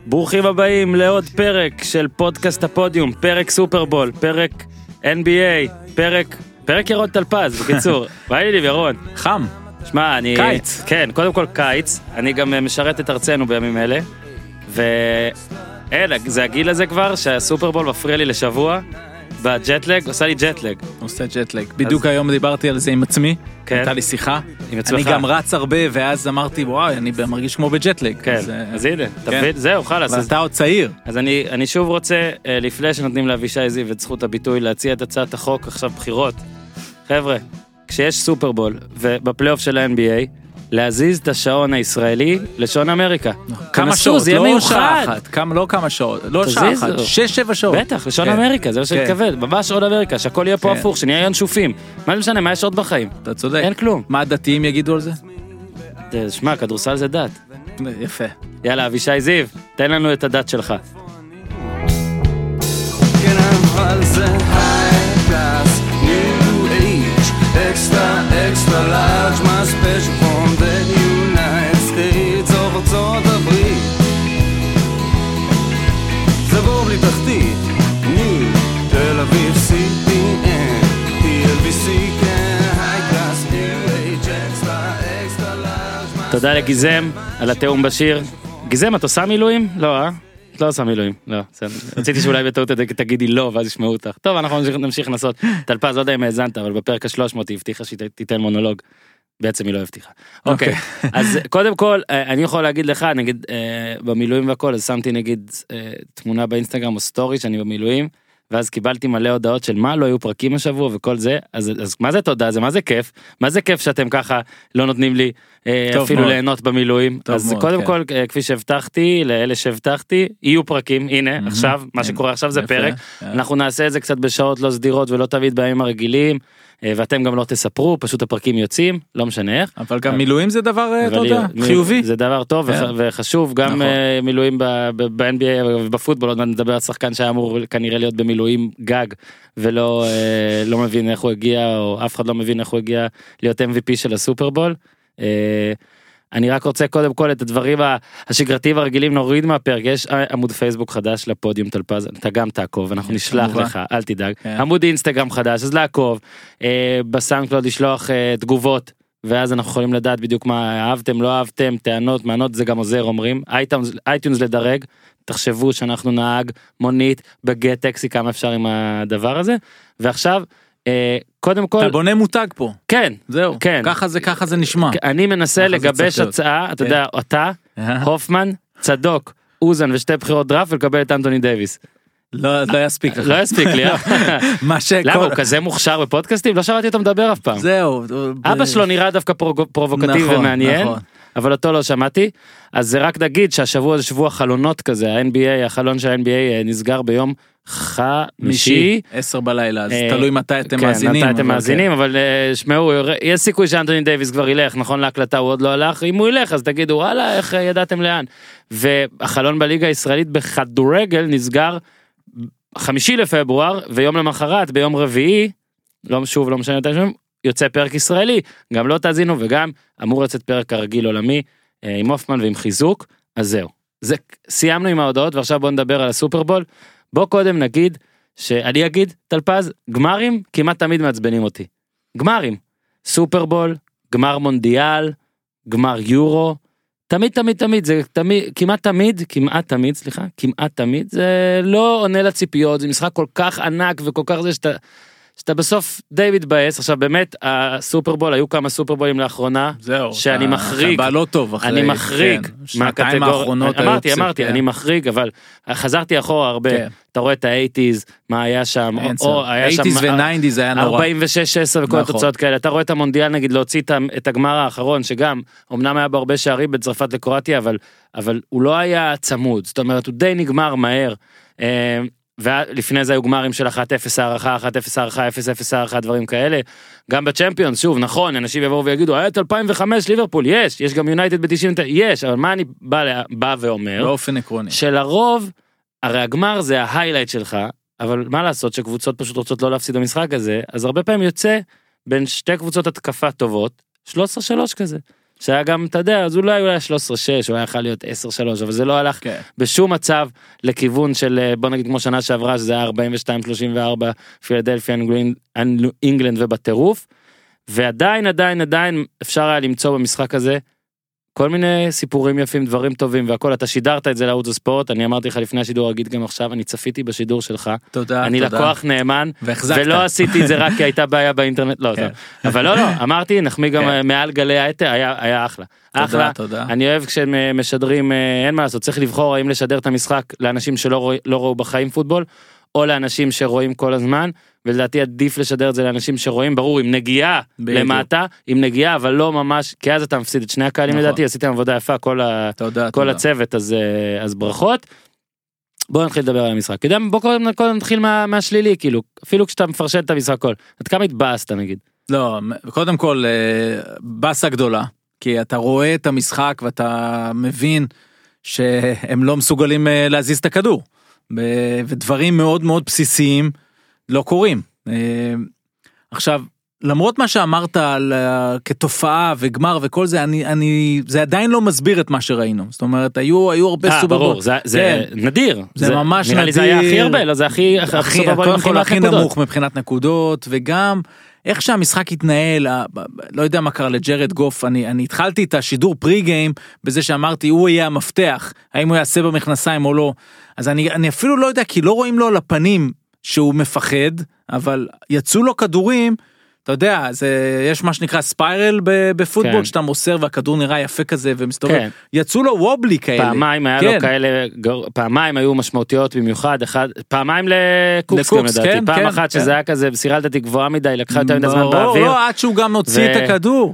ברוכים הבאים לעוד פרק של פודקאסט הפודיום, פרק סופרבול, פרק NBA, פרק ירון טלפז, בקיצור. ביי לי ירון. חם. שמע, אני... קיץ. כן, קודם כל קיץ, אני גם משרת את ארצנו בימים אלה, זה הגיל הזה כבר שהסופרבול מפריע לי לשבוע, בג'טלג, עושה לי ג'טלג. עושה ג'טלג. בדיוק היום דיברתי על זה עם עצמי, הייתה לי שיחה. אני גם רץ הרבה, ואז אמרתי, וואי, אני מרגיש כמו בג'טלג. כן, אז הנה, תבין, זהו, חלס. אבל אתה עוד צעיר. אז אני שוב רוצה, לפני שנותנים לאבישי זיו את זכות הביטוי, להציע את הצעת החוק, עכשיו בחירות. חבר'ה, כשיש סופרבול, ובפלייאוף של ה-NBA, להזיז את השעון הישראלי לשעון אמריקה. כמה שעות, לא שעה אחת, לא כמה שעות, לא שעה אחת, 6-7 שעות. בטח, לשעון אמריקה, זה מה שהתכוון, ממש עוד אמריקה, שהכל יהיה פה הפוך, שנהיה ינשופים. מה זה משנה, מה יש עוד בחיים? אתה צודק. אין כלום. מה הדתיים יגידו על זה? שמע, כדורסל זה דת. יפה. יאללה, אבישי זיו, תן לנו את הדת שלך. extra large, my special from the United States of ארצות הברית. זה בור בלי תחתית, ניו, תל אביב, CPN, TLBC, כן, high class, new age, extra large. תודה לגיזם על התאום בשיר. גיזם, את עושה מילואים? לא, לא עושה מילואים, לא, רציתי שאולי בטעות תגידי לא, ואז ישמעו אותך. טוב, אנחנו נמשיך לנסות. טלפז, לא יודע אם האזנת, אבל בפרק ה-300 היא הבטיחה שתיתן מונולוג. בעצם היא לא הבטיחה. אוקיי, אז קודם כל, אני יכול להגיד לך, נגיד, במילואים והכל, אז שמתי נגיד תמונה באינסטגרם או סטורי שאני במילואים, ואז קיבלתי מלא הודעות של מה לא היו פרקים השבוע וכל זה, אז מה זה תודה? זה מה זה כיף? מה זה כיף שאתם ככה לא נותנים לי אפילו ליהנות במילואים? אז קודם כל, כפי שהבטחתי, לאלה שהבטחתי, יהיו פרקים, הנה, עכשיו, מה שקורה עכשיו זה פרק, אנחנו נעשה את זה קצת בשעות לא סדירות ולא תמיד בימים הרגילים, ואתם גם לא תספרו, פשוט הפרקים יוצאים, לא משנה איך. אבל גם מילואים זה דבר, תודה, חיובי. זה דבר טוב וחשוב, גם מילואים ב-NBA ובפוטבול, עוד נדבר על שחקן שהיה אמור כנראה להיות במילואים גג, ולא מבין איך הוא הגיע, או אף אחד לא מבין איך הוא הגיע להיות MVP של הסופרבול. אני רק רוצה קודם כל את הדברים השגרתיים הרגילים נוריד מהפרק, יש עמוד פייסבוק חדש לפודיום טלפז, אתה גם תעקוב, אנחנו נשלח לך, אל תדאג, עמוד אינסטגרם חדש, אז לעקוב, בסאונדקלאוד לשלוח תגובות, ואז אנחנו יכולים לדעת בדיוק מה אהבתם, לא אהבתם, טענות, מענות, זה גם עוזר, אומרים, אייטיונס לדרג, תחשבו שאנחנו נהג מונית בגט טקסי, כמה אפשר עם הדבר הזה, ועכשיו, קודם כל... אתה בונה מותג פה. כן. זהו. כן. ככה זה נשמע. אני מנסה לגבש הצעה, אתה יודע, אתה, הופמן, צדוק, אוזן ושתי בחירות דראפט ולקבל את אנטוני דייביס. לא יספיק לך. לא יספיק לי, למה הוא כזה מוכשר בפודקאסטים? לא שמעתי אותו מדבר אף פעם. זהו. אבא שלו נראה דווקא פרובוקטיבי ומעניין, אבל אותו לא שמעתי. אז זה רק נגיד שהשבוע זה שבוע חלונות כזה, ה-NBA, החלון של ה-NBA נסגר ביום חמישי 10 בלילה, אז תלוי מתי אתם מאזינים. מתי אתם מאזינים, אבל שמעו, יש סיכוי שאנטוני דייביס כבר ילך, נכון להקלטה הוא עוד לא הלך, אם הוא ילך אז תגידו, וואלה, איך ידעתם לאן? והחלון בליגה הישראלית בכדורגל נסגר 5 לפברואר, ויום למחרת, ביום רביעי, לא משנה יותר שם, יוצא פרק ישראלי, גם לא תאזינו, וגם אמור לצאת פרק הרגיל עולמי, עם הופמן ועם חיזוק, אז זהו. סיימנו עם ההודעות, ועכשיו בואו נדבר על הסופרבול. בוא קודם נגיד, שאני אגיד, טלפז, גמרים כמעט תמיד מעצבנים אותי. גמרים. סופרבול, גמר מונדיאל, גמר יורו, תמיד, זה כמעט תמיד, זה לא עונה לציפיות, זה משחק כל כך ענק וכל כך זה שאתה בסוף די מתבאס. עכשיו באמת הסופרבול, היו כמה סופרבולים לאחרונה, שאני מחריג, אני מחריג מהקטגוריה, אמרתי, אני מחריג, אבל חזרתי אחורה הרבה, אתה רואה את ה-80s, מה היה שם, 80s ו-90s היה נורא, 46-10 וכל התוצאות כאלה, אתה רואה את המונדיאל נגיד להוציא את הגמר האחרון, שגם, אמנם היה בהרבה שערים בצרפת לקרואטיה, אבל הוא לא היה צמוד, זאת אומרת, הוא די נגמר מהר, ולפני זה היו גמרים של 1-0 הערכה, 1-0 הערכה, 0-0 הערכה, דברים כאלה. גם בצ'מפיונס, שוב, נכון, אנשים יבואו ויגידו, היה את 2005 ליברפול, יש גם יונייטד ב-90, יש, אבל מה אני בא ואומר? באופן עקרוני. שלרוב, הרי הגמר זה ההיילייט שלך, אבל מה לעשות שקבוצות פשוט רוצות לא להפסיד במשחק הזה, אז הרבה פעמים יוצא בין שתי קבוצות התקפה טובות, 13-3 כזה. שהיה גם, אתה יודע, אז אולי 13-6, הוא היה יכול להיות 10-3, אבל זה לא הלך בשום מצב לכיוון של, בוא נגיד כמו שנה שעברה, שזה היה 42-34, פילדלפיה, אנגלנד ובטירוף, ועדיין אפשר היה למצוא במשחק הזה, כל מיני סיפורים יפים, דברים טובים, והכל, אתה שידרת את זה לערוץ הספורט, אני אמרתי לך לפני השידור, אגיד גם עכשיו, אני צפיתי בשידור שלך, תודה, אני לקוח נאמן, ולא עשיתי את זה רק כי הייתה בעיה באינטרנט, לא, אבל לא, אמרתי, נחמיא גם מעל גלי היתר, היה אחלה, אחלה, אני אוהב כשהם משדרים, אין מה לעשות, צריך לבחור האם לשדר את המשחק לאנשים שלא ראו בחיים פוטבול, או לאנשים שרואים כל הזמן, ולדעתי עדיף לשדר את זה לאנשים שרואים, ברור, עם נגיעה למטה, עם נגיעה, אבל לא ממש, כי אז אתה מפסיד את שני הקהלים לדעתי, עשיתם עבודה יפה, כל הצוות, אז ברכות. בואו נתחיל לדבר על המשחק. בואו קודם נתחיל מהשלילי, כאילו, אפילו כשאתה מפרשן את המשחק כל, עד כמה התבאסת נגיד? לא, קודם כל, באסה גדולה, כי אתה רואה את המשחק, ואתה מבין שהם לא מסוגלים להזיז את הכדור. ודברים מאוד מאוד בסיסיים לא קורים. עכשיו, למרות מה שאמרת על כתופעה וגמר וכל זה, זה עדיין לא מסביר את מה שראינו. זאת אומרת, היו הרבה סובבות. ברור, זה נדיר. זה ממש נדיר. נראה לי זה היה הכי הרבה, לא זה הכי נמוך מבחינת נקודות, וגם איך שהמשחק התנהל, לא יודע מה קרה לג'רד גוף, אני התחלתי את השידור פרי-גיים, בזה שאמרתי, הוא יהיה המפתח, האם הוא יעשה במכנסיים או לא, אז אני אפילו לא יודע, כי לא רואים לו על הפנים שהוא מפחד, אבל יצאו לו כדורים, אתה יודע, יש מה שנקרא ספיירל בפוטבול, שאתה מוסר והכדור נראה יפה כזה ומסתובב, יצאו לו וובלי כאלה. פעמיים היה לו כאלה, פעמיים היו משמעותיות במיוחד, פעמיים לקוקס גם לדעתי, פעם אחת שזה היה כזה, בסירה לדעתי גבוהה מדי, לקחה יותר מדי זמן באוויר. לא, עד שהוא גם הוציא את הכדור,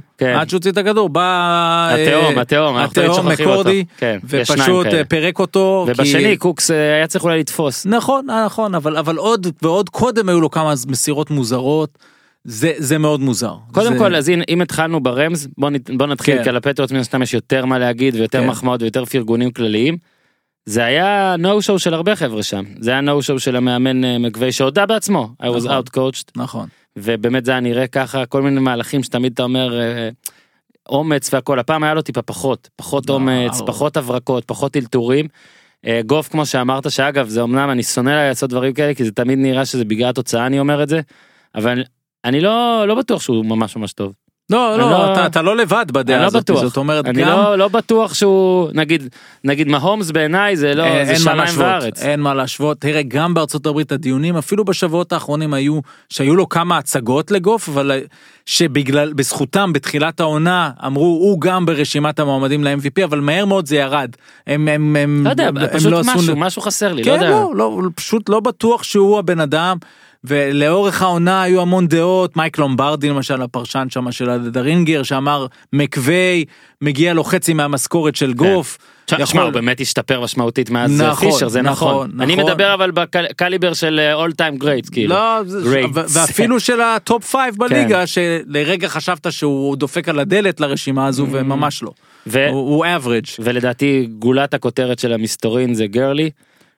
בא התאום מקורדי, ופשוט פרק אותו. ובשני קוקס היה צריך אולי לתפוס. נכון, אבל עוד קודם היו לו כמה מסירות מוזרות, זה מאוד מוזר. קודם כל, אז אם התחלנו ברמז, בוא נתחיל, כי על הפטריוטס מן הסתם יש יותר מה להגיד, ויותר מחמאות, ויותר פרגונים כלליים. זה היה no-show של הרבה חבר'ה שם. זה היה no-show של המאמן מקווי, שהודע בעצמו. I was out-coached. נכון. ובאמת זה היה נראה ככה, כל מיני מהלכים שתמיד אתה אומר, אומץ והכל. הפעם היה לו טיפה פחות אומץ, פחות הברקות, פחות אלתורים. גוף, כמו שאמרת, שאגב, זה אמנם, אני שונא לעשות דברים כאלה, כי זה תמיד נראה שזה בגלל התוצאה, אני אומר את זה. אבל אני לא בטוח שהוא ממש ממש טוב. לא, אתה לא לבד בדעה הזאת, זאת אומרת אני לא בטוח שהוא, נגיד מהומס בעיניי זה לא, זה שמיים וארץ. אין מה להשוות, תראה, גם בארצות הברית הדיונים, אפילו בשבועות האחרונים שהיו לו כמה הצגות לגוף, אבל בזכותם בתחילת העונה, אמרו, הוא גם ברשימת המועמדים ל-MVP, אבל מהר מאוד זה ירד. לא יודע, פשוט משהו חסר לי, לא יודע. פשוט לא בטוח שהוא הבן אדם, ולאורך העונה היו המון דעות, מייק לומברדי למשל, הפרשן שם של הדרינגר, שאמר מקווי, מגיע לו חצי מהמשכורת של גוף. תשמע, הוא באמת השתפר משמעותית מאז פישר, זה נכון. אני מדבר אבל בקליבר של all time greats, כאילו. לא, ואפילו של הטופ 5 בליגה, שלרגע חשבת שהוא דופק על הדלת לרשימה הזו, וממש לא. הוא average. ולדעתי גולת הכותרת של המסתורין זה גרלי.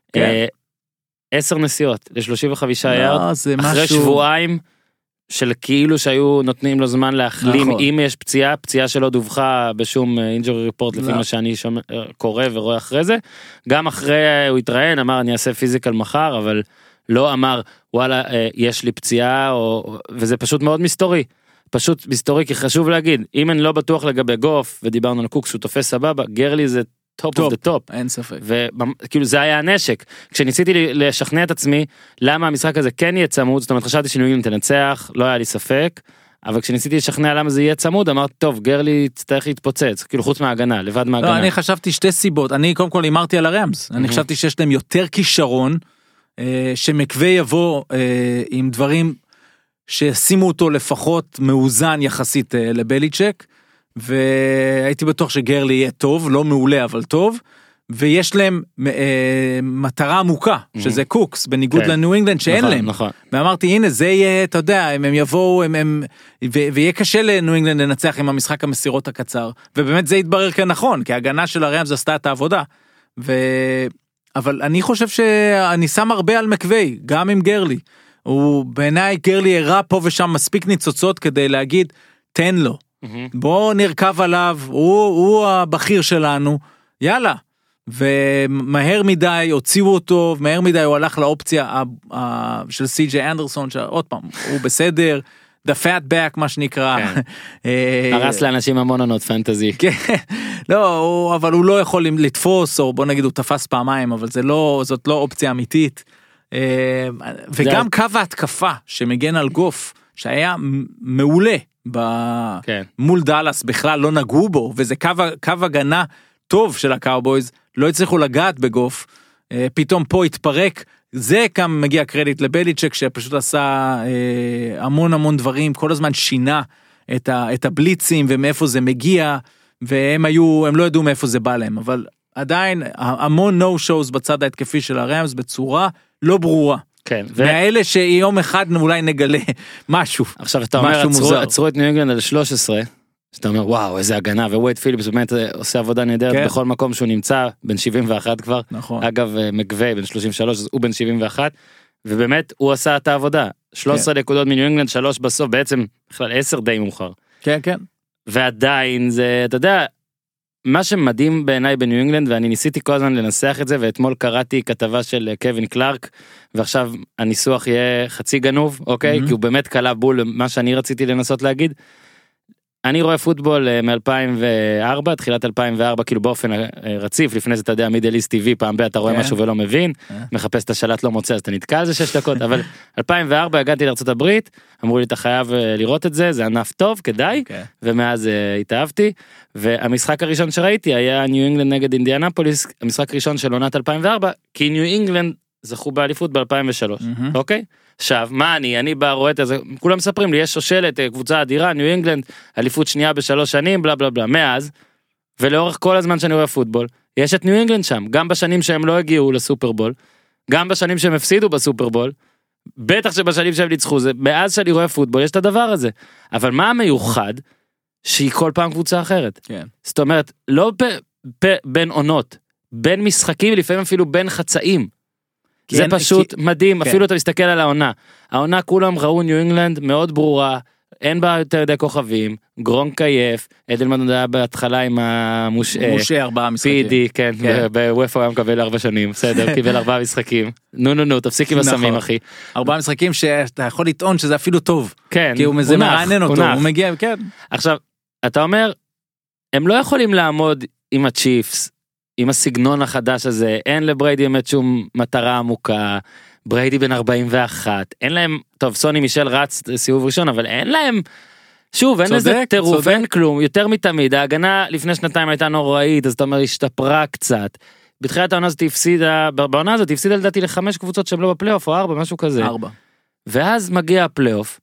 10 נסיעות ל-35 יארד, אחרי שבועיים של כאילו שהיו נותנים לו זמן להחלים, אם יש פציעה שלא דווחה בשום injury report, לפי מה שאני קורא ורואה אחרי זה, גם אחרי הוא התראיין, אמר אני אעשה פיזיקל מחר, אבל לא אמר וואלה יש לי פציעה, וזה פשוט מאוד מסתורי, כי חשוב להגיד, אם אני לא בטוח לגבי גוף, ודיברנו על קוקס שהוא תופס סבבה, גרלי זה top of the top. אין ספק. וכאילו זה היה הנשק. כשניסיתי לשכנע את עצמי, למה המשחק הזה כן יהיה צמוד, זאת אומרת חשבתי שניו אינגלנד תנצח, לא היה לי ספק, אבל כשניסיתי לשכנע למה זה יהיה צמוד, אמרתי, טוב, גרלי תצטרך להתפוצץ, כאילו חוץ מההגנה, לבד מההגנה. לא, אני חשבתי שתי סיבות, אני קודם כל אמרתי על הרמס, אני חשבתי שיש להם יותר כישרון, שמקווי יבוא עם דברים שישימו אותו לפחות מאוזן יחסית לבליצ'ק, והייתי בטוח שגרלי יהיה טוב, לא מעולה אבל טוב, ויש להם מטרה עמוקה, שזה קוקס, בניגוד לניו אינגלנד שאין להם. ואמרתי, הנה, זה יהיה, אתה יודע, הם יבואו, ויהיה קשה לניו אינגלנד לנצח עם המשחק המסירות הקצר, ובאמת זה יתברר כנכון, כי ההגנה של הרמס עשתה את העבודה. אבל אני חושב שאני שם הרבה על מקווי, גם עם גרלי. בעיניי גרלי הראה פה ושם מספיק ניצוצות כדי להגיד, תן לו. בוא נרכב עליו, הוא הבכיר שלנו, יאללה. ומהר מדי הוציאו אותו, מהר מדי הוא הלך לאופציה של סי.ג'יי אנדרסון, שעוד פעם, הוא בסדר, the fat back מה שנקרא. הרס לאנשים המון עונות פנטזי. לא, אבל הוא לא יכול לתפוס, או בוא נגיד הוא תפס פעמיים, אבל זאת לא אופציה אמיתית. וגם קו ההתקפה שמגן על גוף, שהיה מעולה מול דלס, בכלל לא נגעו בו, וזה קו הגנה טוב של הקאובויז, לא הצליחו לגעת בגוף, פתאום פה התפרק, זה גם מגיע קרדיט לבליצ'ק, שפשוט עשה המון דברים, כל הזמן שינה את הבליצים, ומאיפה זה מגיע, והם לא ידעו מאיפה זה בא להם, אבל עדיין המון no-shows בצד ההתקפי של הרמס, בצורה לא ברורה. כן. מהאלה שיום אחד אולי נגלה משהו. עכשיו אתה אומר, עצרו את ניו אינגלנד על 13, שאתה אומר, וואו, איזה הגנה, ווייד פיליפס באמת עושה עבודה נהדרת בכל מקום שהוא נמצא, בן 71 כבר. נכון. אגב, מגווי, בן 33, הוא בן 71, ובאמת הוא עשה את העבודה. 13 נקודות מניו אינגלנד, 3 בסוף, בעצם בכלל 10 די מאוחר. כן, כן. ועדיין זה, אתה יודע, מה שמדהים בעיניי בניו אינגלנד, ואני ניסיתי כל הזמן לנסח את זה, ואתמול קראתי כתבה של קווין קלארק, ועכשיו הניסוח יהיה חצי גנוב, אוקיי? כי הוא באמת קלה בול מה שאני רציתי לנסות להגיד. אני רואה פוטבול מ-2004, תחילת 2004, כאילו באופן רציף, לפני זה אתה יודע, מידל איסט TV, פעם אתה רואה משהו ולא מבין, מחפש את השלט לא מוצא, אז אתה נתקע על זה 6 דקות, אבל 2004 הגעתי לארצות הברית, אמרו לי אתה חייב לראות את זה, זה ענף טוב, כדאי, ומאז התאהבתי, והמשחק הראשון שראיתי היה ניו אינגלנד נגד אינדיאנפוליס, המשחק הראשון של עונת 2004, כי ניו אינגלנד זכו באליפות ב-2003, אוקיי? עכשיו, מה אני בא רואה את זה, כולם מספרים לי, יש שושלת, קבוצה אדירה, ניו אינגלנד, אליפות שנייה ב3 שנים, בלה בלה בלה, מאז, ולאורך כל הזמן שאני רואה פוטבול, יש את ניו אינגלנד שם, גם בשנים שהם לא הגיעו לסופרבול, גם בשנים שהם הפסידו בסופרבול, בטח שבשנים שהם ניצחו, זה, מאז שאני רואה פוטבול, יש את הדבר הזה, אבל מה המיוחד, שהיא כל פעם קבוצה אחרת, כן. זאת אומרת, לא בין עונות, בין משחקים, לפעמים אפילו בין חצאים, זה פשוט מדהים, אפילו אתה מסתכל על העונה כולם ראו ניו אינגלנד מאוד ברורה, אין בה יותר ידי כוכבים, גרון קייף, אדלמן היה בהתחלה עם המושה 4 משחקים, פידי, כן, בוופא היה מקבל 4 שנים, בסדר, קיבל 4 משחקים, נו, תפסיק עם הסמים אחי. 4 משחקים שאתה יכול לטעון שזה אפילו טוב, כן, כי הוא מרענן אותו, הוא מגיע, כן. עכשיו, אתה אומר, הם לא יכולים לעמוד עם הצ'יפס, עם הסגנון החדש הזה, אין לבריידי באמת שום מטרה עמוקה, בריידי בן 41, אין להם, טוב, סוני מישל רץ סיבוב ראשון, אבל אין להם, שוב, אין לזה טירוף, אין כלום, יותר מתמיד, ההגנה לפני שנתיים הייתה נוראית, אז אתה אומר, השתפרה קצת, בתחילת העונה הזאת הפסידה, בעונה הזאת הפסידה לדעתי ל5 קבוצות שהם לא בפלייאוף, או 4, משהו כזה, 4, ואז מגיע הפלייאוף,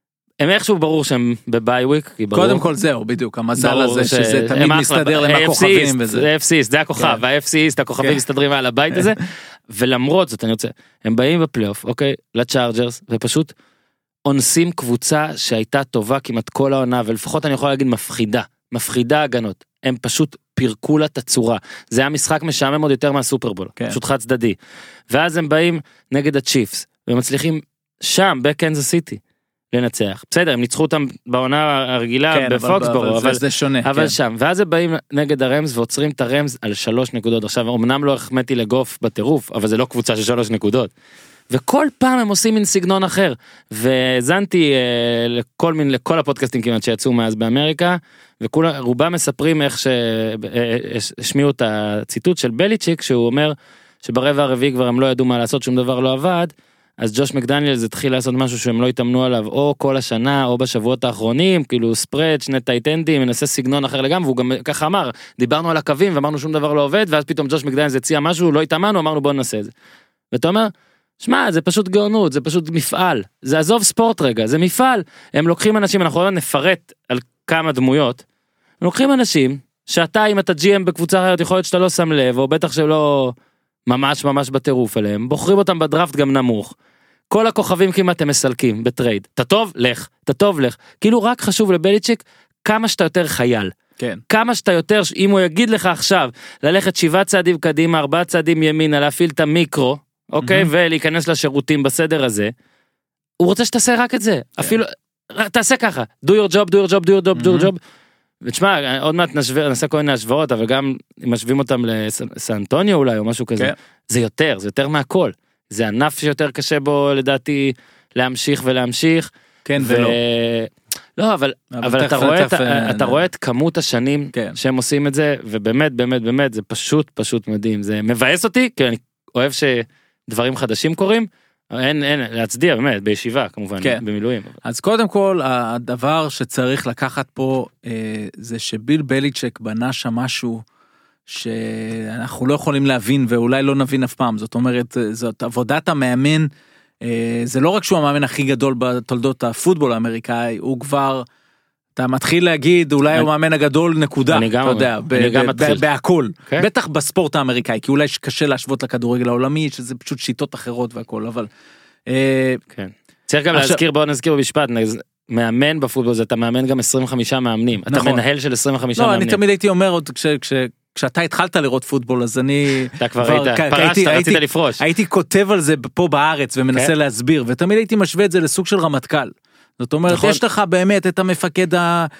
הם איכשהו ברור שהם בביי וויק, קודם כל זהו, בדיוק, המזל הזה שזה תמיד מסתדר להם הכוכבים וזה. זה FCיסט, זה הכוכב, ה-FCיסט, הכוכבים מסתדרים על הבית הזה, ולמרות זאת אני רוצה, הם באים בפלייאוף, אוקיי, לצ'ארג'רס, ופשוט אונסים קבוצה שהייתה טובה כמעט כל העונה, ולפחות אני יכול להגיד מפחידה הגנות, הם פשוט פירקו לה את הצורה, זה היה משחק משעמם עוד יותר מהסופרבול, פשוט חד צדדי, ואז הם באים נגד הצ'יפס, ומצליחים שם, בקנזס סיטי, לנצח. בסדר, הם ניצחו אותם בעונה הרגילה בפוקסבורו, אבל זה שונה. אבל שם, ואז הם באים נגד הרמס ועוצרים את הרמס על 3 נקודות. עכשיו, אמנם לא החמאתי לגוף בטירוף, אבל זה לא קבוצה של 3 נקודות. וכל פעם הם עושים מין סגנון אחר. והזנתי לכל הפודקאסטים כמעט שיצאו מאז באמריקה, ורובם מספרים איך שהשמיעו את הציטוט של בליצ'יק, שהוא אומר שברבע הרביעי כבר הם לא ידעו מה לעשות, שום דבר לא עבד, אז ג'וש מקדניאלס התחיל לעשות משהו שהם לא התאמנו עליו, או כל השנה, או בשבועות האחרונים, כאילו ספרד, 2 טייטנדים, מנסה סגנון אחר לגמרי, והוא גם ככה אמר, דיברנו על הקווים, ואמרנו שום דבר לא עובד, ואז פתאום ג'וש מקדניאלס הציע משהו, לא התאמנו, אמרנו בוא ננסה את זה. ואתה אומר, שמע, זה פשוט גאונות, זה פשוט מפעל, זה עזוב ספורט רגע, זה מפעל, הם לוקחים אנשים, אנחנו נפרט על כמה דמויות, הם לוקחים אנשים, שאתה אם אתה GM בקבוצה אחרת, יכול להיות שאתה לא שם לב, או בטח שלא ממש בטירוף עליהם, בוחרים אותם בדראפט גם נמוך, כל הכוכבים כמעט הם מסלקים בטרייד, אתה טוב לך, כאילו רק חשוב לבליצ'יק, כמה שאתה יותר חייל, כן. כמה שאתה יותר, אם הוא יגיד לך עכשיו, ללכת 7 צעדים קדימה, 4 צעדים ימינה, להפעיל את המיקרו, אוקיי, ולהיכנס לשירותים בסדר הזה, הוא רוצה שתעשה רק את זה, אפילו, תעשה ככה, do your job, do your job, do your job, do your job. ותשמע, עוד מעט נעשה כל מיני השוואות, אבל גם אם משווים אותם לסנטוניו אולי, או משהו כזה, זה יותר מהכל. זה ענף שיותר קשה בו, לדעתי, להמשיך ולהמשיך. כן ולא. לא, אבל אתה רואה את כמות השנים שהם עושים את זה, ובאמת, באמת, באמת, זה פשוט מדהים. זה מבאס אותי, כי אני אוהב שדברים חדשים קורים, אין, להצדיע באמת, בישיבה כמובן, במילואים. אז קודם כל, הדבר שצריך לקחת פה, זה שביל בליצ'ק בנה שם משהו, שאנחנו לא יכולים להבין, ואולי לא נבין אף פעם. זאת אומרת, זאת עבודת המאמן, זה לא רק שהוא המאמן הכי גדול בתולדות הפוטבול האמריקאי, הוא כבר, אתה מתחיל להגיד, אולי הוא המאמן הגדול נקודה, אתה יודע, בהכל, בטח בספורט האמריקאי, כי אולי קשה להשוות לכדורגל העולמי, שזה פשוט שיטות אחרות והכל, אבל... צריך גם להזכיר, בואו נזכיר במשפט, מאמן בפוטבול זה, אתה מאמן גם 25 מאמנים, אתה מנהל של 25 מאמנים. לא, אני תמיד הייתי אומר, כשאתה התחלת לראות פוטבול, אז אני... אתה כבר פרשת, רצית לפרוש. הייתי כותב על זה פה בארץ, ומנסה להסביר, ותמיד הייתי משווה את זה לסוג של רמטכ"ל. זאת אומרת, יש לך באמת את המפקד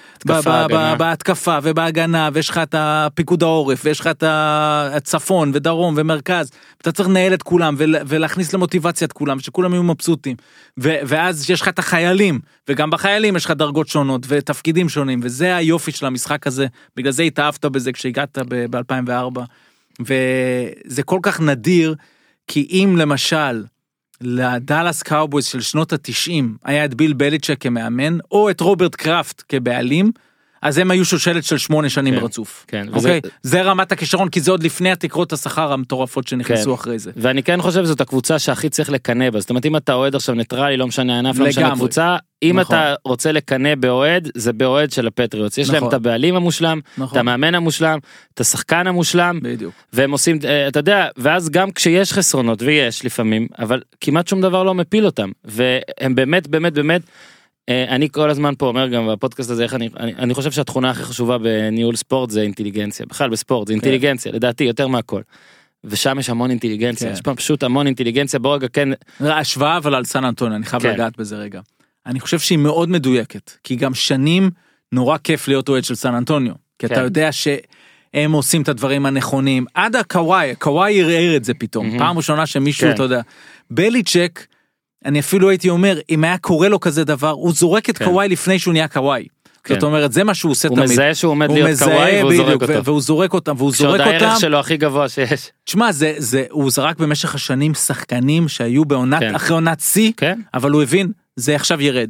בהתקפה ובהגנה, ויש לך את הפיקוד העורף, ויש לך את הצפון ודרום ומרכז, אתה צריך לנהל את כולם, ולהכניס למוטיבציית כולם, שכולם יהיו מבסוטים, ואז יש לך את החיילים, וגם בחיילים יש לך דרגות שונות, ותפקידים שונים, וזה היופי של המשחק הזה, בגלל זה התאהבת בזה כשהגעת ב-2004, וזה כל כך נדיר, כי אם למשל, לדלס קאובויז של שנות ה-90 היה את ביל בליצ'ק כמאמן, או את רוברט קראפט כבעלים, אז הם היו שושלת של 8 שנים רצוף. אוקיי? זה רמת הכישרון, כי זה עוד לפני התקרות השכר המטורפות שנכנסו אחרי זה. ואני כן חושב שזאת הקבוצה שהכי צריך לקנא בה. זאת אומרת, אם אתה אוהד עכשיו ניטרלי, לא משנה ענף, לא משנה קבוצה, אם אתה רוצה לקנא באוהד, זה באוהד של הפטריוטס. יש להם את הבעלים המושלם, את המאמן המושלם, את השחקן המושלם, והם עושים, אתה יודע, ואז גם כשיש חסרונות, ויש לפעמים, אבל כמעט שום דבר לא מפיל אותם. והם באמת, באמת, באמת, אני כל הזמן פה אומר גם בפודקאסט הזה, אני חושב שהתכונה הכי חשובה בניהול ספורט זה אינטליגנציה, בכלל בספורט זה אינטליגנציה, לדעתי יותר מהכל. ושם יש המון אינטליגנציה, יש פה פשוט המון אינטליגנציה, בוא רגע כן... השוואה אבל על סן אנטוניו, אני חייב לגעת בזה רגע. אני חושב שהיא מאוד מדויקת, כי גם שנים נורא כיף להיות אוהד של סן אנטוניו, כי אתה יודע שהם עושים את הדברים הנכונים, עד הקוואי ערער את זה פתאום, פעם ראשונה שמישהו, אתה יודע, בליצ'ק, אני אפילו הייתי אומר, אם היה קורא לו כזה דבר, הוא זורק את קוואי לפני שהוא נהיה קוואי. זאת אומרת, זה מה שהוא עושה תמיד. הוא מזהה שהוא עומד להיות קוואי, והוא זורק אותם. שעוד הערך שלו הכי גבוה שיש. תשמע, הוא זרק במשך השנים שחקנים שהיו אחרי עונת C, אבל הוא הבין, זה עכשיו ירד.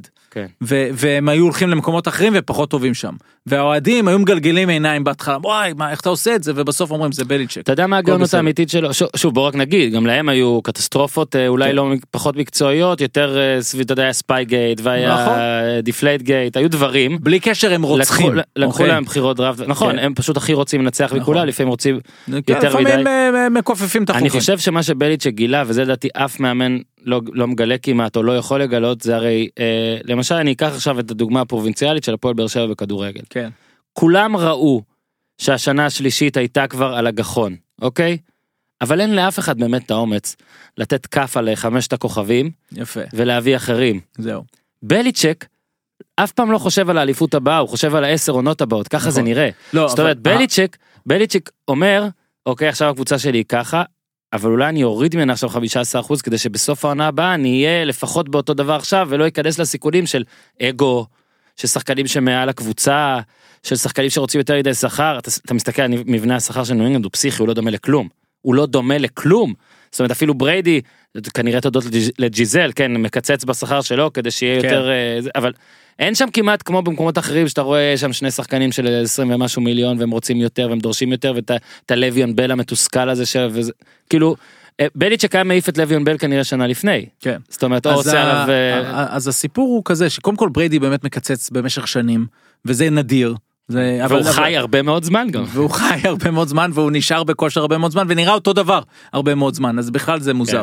והם היו הולכים למקומות אחרים ופחות טובים שם. והאוהדים היו מגלגלים עיניים בהתחלה, וואי, איך אתה עושה את זה? ובסוף אומרים, זה בליצ'ק. אתה יודע מה הגאונות האמיתית שלו? שוב, בוא רק נגיד, גם להם היו קטסטרופות, אולי לא פחות מקצועיות, יותר סביב, אתה יודע, ספייגייט, והיה דיפלייט גייט, היו דברים. בלי קשר הם רוצחים. לקחו להם בחירות דראפט, נכון, הם פשוט הכי רוצים לנצח מכולה, לפעמים רוצים יותר מדי. לפעמים מכופפים את החוקים. אני חושב שמה שבליצ'ק גילה, וזה לדעתי אף מאמן לא מגלה כמעט או לא יכול לגלות, זה הרי, למשל אני אקח עכשיו את הדוגמה הפרובינציאלית של הפועל באר שבע בכדורגל. כן. כולם ראו שהשנה השלישית הייתה כבר על הגחון, אוקיי? אבל אין לאף אחד באמת את האומץ לתת כף על 5 הכוכבים, יפה. ולהביא אחרים. זהו. בליצ'ק אף פעם לא חושב על האליפות הבאה, הוא חושב על 10 עונות הבאות, ככה זה נראה. זאת אומרת, בליצ'ק אומר, אוקיי, עכשיו הקבוצה שלי היא ככה, אבל אולי אני אוריד ממנה עכשיו 15%, כדי שבסוף העונה הבאה אני אהיה לפחות באותו דבר עכשיו, ולא ייכנס לסיכונים של אגו, של שחקנים שמעל הקבוצה, של שחקנים שרוצים יותר לידי שכר, אתה מסתכל על מבנה השכר של ניו אינגלנד, הוא פסיכי, הוא לא דומה לכלום. הוא לא דומה לכלום. זאת אומרת, אפילו בריידי, כנראה תודות לג'יזל, כן, מקצץ בשכר שלו, כדי שיהיה יותר, אבל אין שם כמעט כמו במקומות אחרים, שאתה רואה שם 2 שחקנים של 20 ומשהו מיליון, והם רוצים יותר, והם דורשים יותר, ואת הלוויון בל המתוסכל הזה, כאילו, בליצ'ק היה מעיף את לוויון בל כנראה שנה לפני. כן. זאת אומרת, או עושה עליו... אז הסיפור הוא כזה, שקודם כל בריידי באמת מקצץ במשך שנים, וזה נדיר. והוא חי הרבה מאוד זמן גם. והוא חי הרבה מאוד זמן, והוא נשאר בכושר הרבה מאוד זמן, ונראה אותו דבר הרבה מאוד זמן, אז בכלל זה מוזר.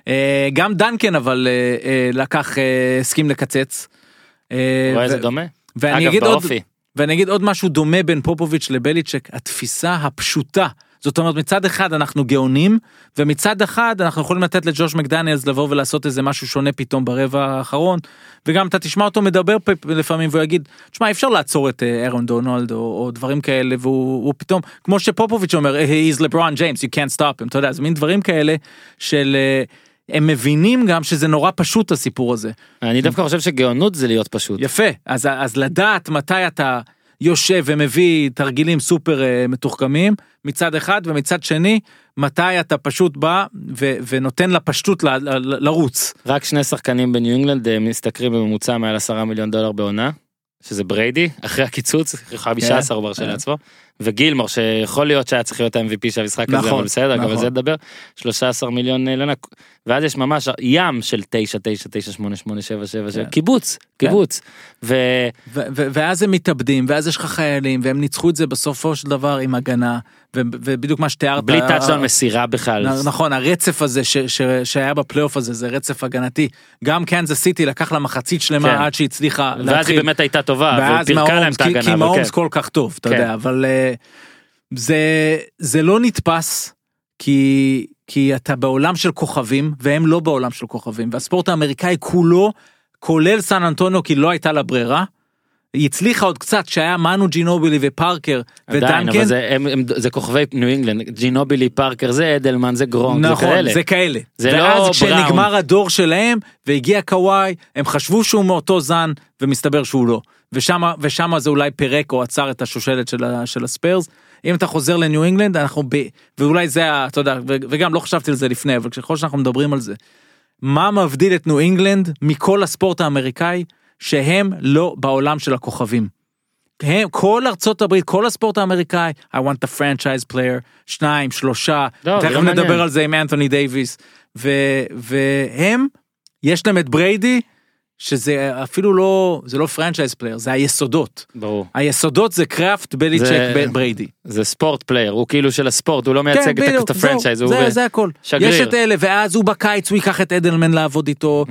גם דנקן אבל לקח, הסכים לקצץ. רואה זה דומה? ואני אגיד עוד משהו דומה בין פופוביץ' לבליצ'ק, התפיסה הפשוטה, זאת אומרת, מצד אחד אנחנו גאונים, ומצד אחד אנחנו יכולים לתת לג'וש מקדניאלס לבוא ולעשות איזה משהו שונה פתאום ברבע האחרון, וגם אתה תשמע אותו מדבר לפעמים, והוא יגיד, תשמע, אי אפשר לעצור את אירון דונלד, או דברים כאלה, והוא פתאום, כמו שפופוביץ' אומר, he is LeBron James, you can't stop him, אתה יודע, זה מין דברים כאלה, של, הם מבינים גם שזה נורא פשוט הסיפור הזה. אני דווקא חושב שגאונות זה להיות פשוט. יפה, אז לדעת מתי אתה יושב ומביא תרגילים סופר מתוחכמים, מצד אחד, ומצד שני, מתי אתה פשוט בא ונותן לפשטות לרוץ. רק 2 שחקנים בניו אינגלנד משתכרים בממוצע מעל $10 מיליון בעונה, שזה בריידי, אחרי הקיצוץ, 15 הוא מרשה לעצמו, וגילמור, שיכול להיות שהיה צריך להיות MVP של המשחק הזה, אבל בסדר, גם על זה לדבר, 13 מיליון לנק, ואז יש ממש ים של 9, 9, 9, 8, 8, 7, 7, 7, קיבוץ, ואז הם מתאבדים, ואז יש לך חיילים, והם ניצחו את זה בסופו של דבר עם הגנה, ובדיוק מה שתיארת. בלי טאצ'דאון מסירה בכלל. נכון, הרצף הזה שהיה בפלייאוף הזה, זה רצף הגנתי. גם קנזס סיטי לקח לה מחצית שלמה עד שהצליחה להתחיל. ואז היא באמת הייתה טובה, ופירקה להם את ההגנה. כי מאומס כל כך טוב, אתה יודע, אבל זה לא נתפס, כי אתה בעולם של כוכבים, והם לא בעולם של כוכבים, והספורט האמריקאי כולו, כולל סן אנטוניו, כי לא הייתה לה ברירה, היא הצליחה עוד קצת שהיה מנו ג'ינובילי ופארקר ודנקן. אבל זה כוכבי ניו אינגלנד, ג'ינובילי, פארקר, זה אדלמן, זה גרונק, נכון, זה כאלה. זה כאלה. זה לא ואז בראון. כשנגמר הדור שלהם, והגיע קוואי, הם חשבו שהוא מאותו זן, ומסתבר שהוא לא. ושם זה אולי פירק או עצר את השושלת של הספיירס. אם אתה חוזר לניו אינגלנד, ואולי זה, אתה יודע, וגם לא חשבתי על זה לפני, אבל ככל שאנחנו מדברים על זה, מה מבדיל את ניו אינגלנד מכל הספורט האמריקאי, שהם לא בעולם של הכוכבים. כל ארצות הברית, כל הספורט האמריקאי, I want the franchise player, 2, 3, תכף נדבר על זה עם אנתוני דייביס, והם, יש להם את בריידי, שזה אפילו לא, זה לא פרנצ'ייז פלייר, זה היסודות. ברור. היסודות זה קראפט, בליצ'ק, בריידי. זה ספורט פלייר, הוא כאילו של הספורט, הוא לא מייצג את הפרנצ'ייז. זה הכל. יש את אלה, ואז הוא בקיץ, הוא ייקח את אדלמן לעבוד איתו,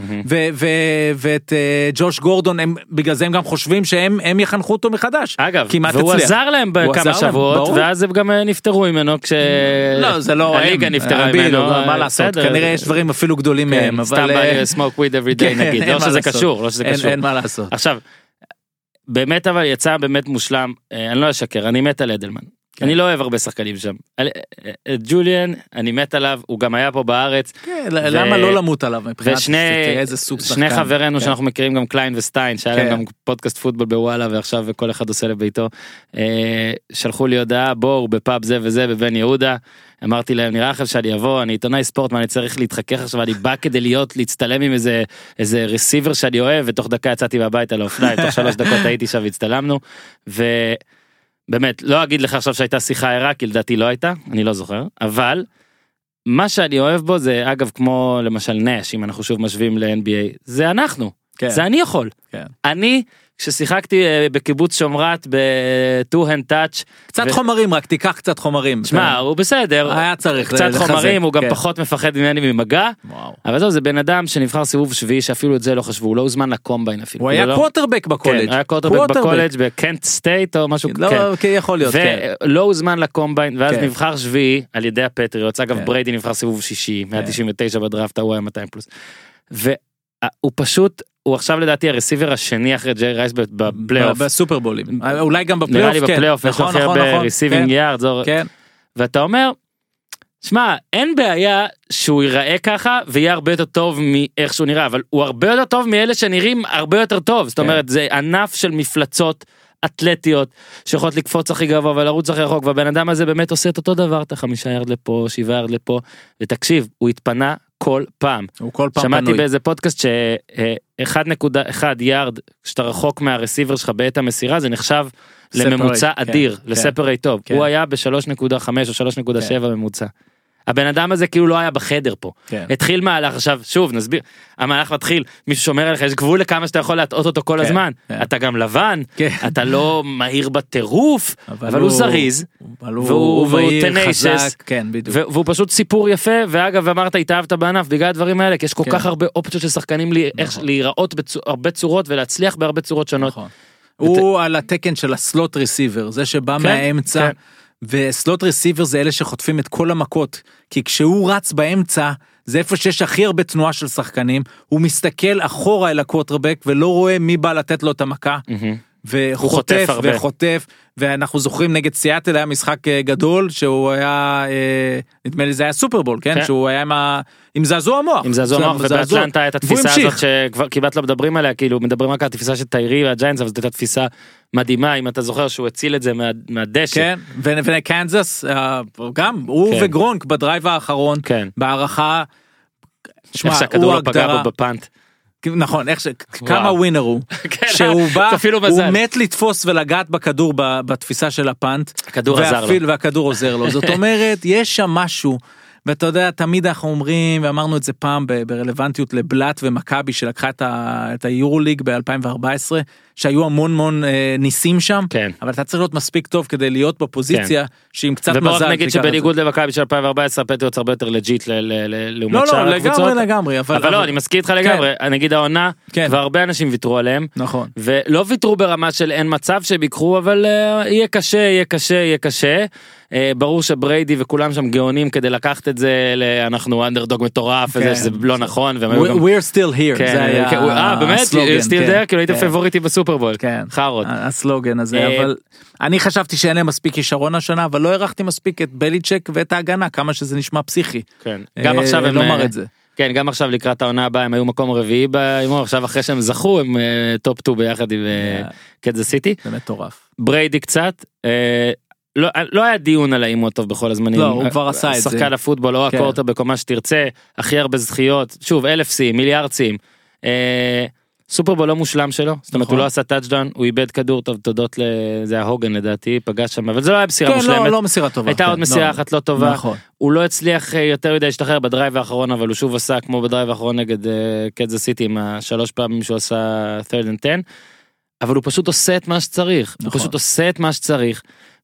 ואת ג'וש גורדון, בגלל זה הם גם חושבים שהם יחנכו אותו מחדש. אגב, והוא עזר להם בכמה שבועות, ואז הם גם נפטרו ממנו, לא, זה לא, הליגה נפטרה ממנו. מה לעשות, כנראה יש דברים אפילו גדולים מהם, סתם smoke weed every day נגיד, לא שזה קשור, לא שזה קשור. אין מה לעשות. עכשיו, באמת אבל יצא באמת מושלם, אני לא אשקר, אני מת על אדלמן. אני לא אוהב הרבה שחקנים שם. ג'וליאן, אני מת עליו, הוא גם היה פה בארץ. למה לא למות עליו? ושני חברינו שאנחנו מכירים גם קליין וסטיין, שהיה להם גם פודקאסט פוטבול בוואלה, ועכשיו כל אחד עושה לביתו, שלחו לי הודעה, בואו בפאב זה וזה בבן יהודה, אמרתי להם, נראה לכם שאני אבוא, אני עיתונאי ספורט, מה אני צריך להתחכך עכשיו, אני בא כדי להצטלם עם איזה רסיבר שאני אוהב, ותוך דקה יצאתי מהביתה לאופליין, תוך 3 דקות הייתי שם והצטלמנו, באמת, לא אגיד לך עכשיו שהייתה שיחה ערה, כי לדעתי לא הייתה, אני לא זוכר, אבל מה שאני אוהב בו זה, אגב, כמו למשל נש, אם אנחנו שוב משווים ל-NBA, זה אנחנו, זה אני יכול. אני, כששיחקתי בקיבוץ שומרת, ב-2-hand touch, קצת חומרים, רק תיקח קצת חומרים. שמע, הוא בסדר, היה צריך קצת חומרים, הוא גם פחות מפחד ממני ממגע, אבל זהו, זה בן אדם שנבחר סיבוב שביעי, שאפילו את זה לא חשבו, הוא לא הוזמן לקומביין אפילו. הוא היה קווטרבק בקולג'. היה קווטרבק בקולג' בקנט סטייט או משהו כזה. יכול להיות, ולא הוזמן לקומביין, ואז נבחר שביעי על ידי הפטריוטס, אגב בריידי נבחר סיבוב שישי, 199 בדראפט, הוא היה 200 פלוס. והוא פשוט, הוא עכשיו לדעתי הרסיבר השני אחרי ג'יי רייס בפלייאוף. בסופרבולים. אולי גם בפלייאוף, נראה לי בפלייאוף, יש לו הכי הרבה רסיבינג יארד, ואתה אומר, שמע, אין בעיה שהוא ייראה ככה, ויהיה הרבה יותר טוב מאיך שהוא נראה, אבל הוא הרבה יותר טוב מאלה שנראים הרבה יותר טוב, זאת אומרת, זה ענף של מפלצות אתלטיות, שיכולות לקפוץ הכי גבוה ולרוץ הכי רחוק, והבן אדם הזה באמת עושה את אותו דבר, אתה 5 יארד לפה, 7 יארד לפה, ותקשיב, הוא התפנה כל פעם. שמעתי באיזה פודקאסט ש1.1 יארד, שאתה רחוק מהרסיבר שלך בעת המסירה, זה נחשב לממוצע אדיר, לספרי טוב. הוא היה ב3.5 או 3.7 ממוצע. הבן אדם הזה כאילו לא היה בחדר פה. התחיל מהלך, עכשיו שוב נסביר, המהלך מתחיל, מישהו שומר עליך, יש גבול לכמה שאתה יכול להטעות אותו כל הזמן, אתה גם לבן, אתה לא מהיר בטירוף, אבל הוא זריז, והוא טניישס, והוא פשוט סיפור יפה, ואגב אמרת התאהבת בענף בגלל הדברים האלה, כי יש כל כך הרבה אופציות של שחקנים להיראות בהרבה צורות, ולהצליח בהרבה צורות שונות. הוא על התקן של הסלוט רסיבר, זה שבא מהאמצע, וסלוט רסיבר זה אלה שחוטפים את כל המכות, כי כשהוא רץ באמצע, זה איפה שיש הכי הרבה תנועה של שחקנים, הוא מסתכל אחורה אל הקווטרבק, ולא רואה מי בא לתת לו את המכה, וחוטף וחוטף, ואנחנו זוכרים נגד סיאטל היה משחק גדול, שהוא היה, נדמה לי זה היה סופרבול, כן? שהוא היה עם זעזוע המוח. עם זעזוע המוח, ובאטלנטה הייתה התפיסה הזאת שכבר כמעט לא מדברים עליה, כאילו מדברים רק על התפיסה של טיירי והג'יינטס, אבל זאת הייתה תפיסה מדהימה, אם אתה זוכר שהוא הציל את זה מהדשא. כן, וקנזס, גם הוא וגרונק בדרייב האחרון, בהערכה, איך שהכדור לא פגע בו בפאנט. נכון, כמה ווינר הוא, שהוא בא, הוא מת לתפוס ולגעת בכדור בתפיסה של הפאנט, והכדור עוזר לו, זאת אומרת, יש שם משהו, ואתה יודע, תמיד אנחנו אומרים, ואמרנו את זה פעם ברלוונטיות לבלט ומכבי, שלקחה את היורוליג ב-2014, שהיו המון ניסים שם, אבל אתה צריך להיות מספיק טוב כדי להיות בפוזיציה, שעם קצת מזל. ובוא נגיד שבניגוד למכבי של 2014, הפטריוטס הרבה יותר לג'יט לעומת שאר הקבוצות. לא, לגמרי. אבל לא, אני מסכים איתך לגמרי, נגיד העונה, והרבה אנשים ויתרו עליהם, ולא ויתרו ברמה של אין מצב שהם יקחו, אבל יהיה קשה. ברור שבריידי וכולם שם גאונים כדי לקחת את זה, אנחנו אנדרדוג מטורף, שזה לא נכון. We're still here. באמת? You're still there? כאילו הייתם פייבוריטי בסופרבול. חרות. הסלוגן הזה, אבל אני חשבתי שאין להם מספיק ישרון השנה, אבל לא הערכתי מספיק את בליצ'ק ואת ההגנה, כמה שזה נשמע פסיכי. גם עכשיו הם... לומר את זה. כן, גם עכשיו לקראת העונה הבאה, הם היו מקום רביעי באימור, עכשיו אחרי שהם זכו, הם טופ 2 ביחד עם קנזס סיטי. זה מטורף. בריידי קצת, לא היה דיון על האם הוא טוב בכל הזמנים. לא, הוא כבר עשה את זה. שחקן הפוטבול, או הקורטר בקומה שתרצה, הכי הרבה זכיות, שוב, 1000 סים, מיליארד סים. סופרבול לא מושלם שלו, זאת אומרת הוא לא עשה טאצ'דאון, הוא איבד כדור טוב, תודות לזה ההוגן לדעתי, פגש שם, אבל זה לא היה מסירה מושלמת. כן, לא מסירה טובה. הייתה עוד מסירה אחת לא טובה, הוא לא הצליח יותר מדי להשתחרר בדרייב האחרון, אבל הוא שוב עשה כמו בדרייב האחרון נגד קנזס סיטי, עם 3 פעמים שהוא עשה 3rd and 10, אבל הוא פשוט עושה את מה שצריך, הוא פשוט עושה את מה שצריך,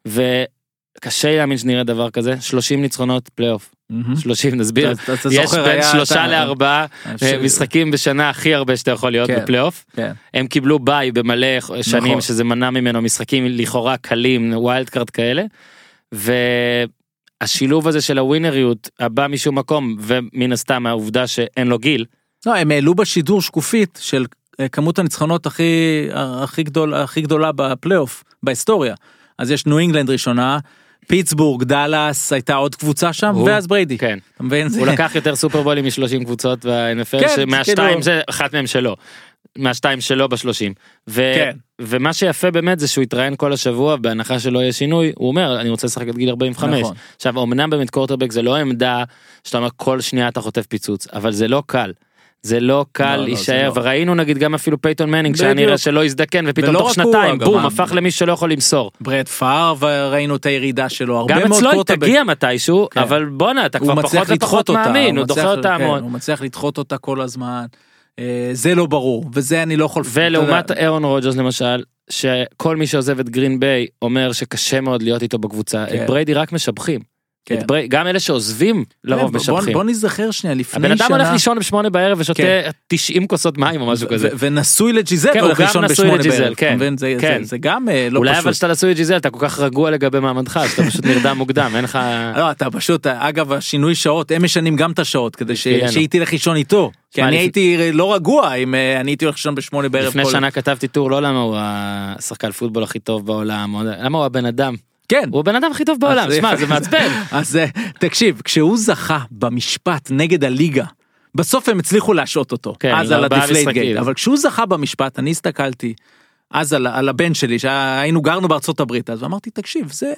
וקשה להאמין שנראה דבר כזה, 30 ניצחונות פלייאוף. 30 נסביר, יש בין 3 ל4 משחקים בשנה הכי הרבה שאתה יכול להיות בפלייאוף, הם קיבלו ביי במלא שנים שזה מנע ממנו משחקים לכאורה קלים, ווילד קארד כאלה, והשילוב הזה של הווינריות הבא משום מקום, ומן הסתם העובדה שאין לו גיל. לא, הם העלו בשידור שקופית של כמות הניצחונות הכי גדולה בפלייאוף, בהיסטוריה, אז יש ניו אינגלנד ראשונה, פיטסבורג, דלס, הייתה עוד קבוצה שם, ואז בריידי. כן. הוא לקח יותר סופרבולים מ-30 קבוצות ב-NFL, שמהשתיים זה אחת מהם שלו. מהשתיים שלו ב-30. ומה שיפה באמת זה שהוא התראיין כל השבוע, בהנחה שלא יהיה שינוי, הוא אומר, אני רוצה לשחק עד גיל 45. עכשיו, אמנם באמת קורטרבק זה לא עמדה, שאתה אומר כל שנייה אתה חוטף פיצוץ, אבל זה לא קל. זה לא קל להישאר, וראינו נגיד גם אפילו פייטון מנינג, שהיה נראה שלא יזדקן, ופתאום תוך שנתיים, בום, הפך למי שלא יכול למסור. ברד פאר, וראינו את הירידה שלו, גם אצלו היא תגיע מתישהו, אבל בונה, אתה כבר פחות ופחות מאמין, הוא דוחה אותה המון. הוא מצליח לדחות אותה כל הזמן, זה לא ברור, וזה אני לא יכול... ולעומת אירון רוג'רס למשל, שכל מי שעוזב את גרין ביי, אומר שקשה מאוד להיות איתו בקבוצה, את בריידי רק משבחים. גם אלה שעוזבים לרוב משבחים. בוא נזכר שנייה, לפני שנה... הבן אדם הולך לישון ב8 בערב ושותה 90 כוסות מים או משהו כזה. ונשוי לג'יזל, הוא גם נשוי לג'יזל, כן. זה גם לא פשוט. אולי אבל שאתה נשוי לג'יזל, אתה כל כך רגוע לגבי מעמדך, שאתה פשוט נרדם מוקדם, אין לך... לא, אתה פשוט, אגב, השינוי שעות, הם משנים גם את השעות, כדי שהייתי לך לישון איתו. כי אני הייתי לא רגוע, אם אני הייתי הולך לישון ב8 בערב. לפני שנה כתבתי טור, לא למה הוא השחקן פוטבול הכי טוב בעולם, למה הוא הבן אדם. כן. הוא בן אדם הכי טוב בעולם, שמע, זה מעצבן. אז תקשיב, כשהוא זכה במשפט נגד הליגה, בסוף הם הצליחו להשעות אותו, אז על הדיפלייט גייט, אבל כשהוא זכה במשפט, אני הסתכלתי, אז על הבן שלי, שהיינו גרנו בארצות הברית, אז אמרתי, תקשיב, זה,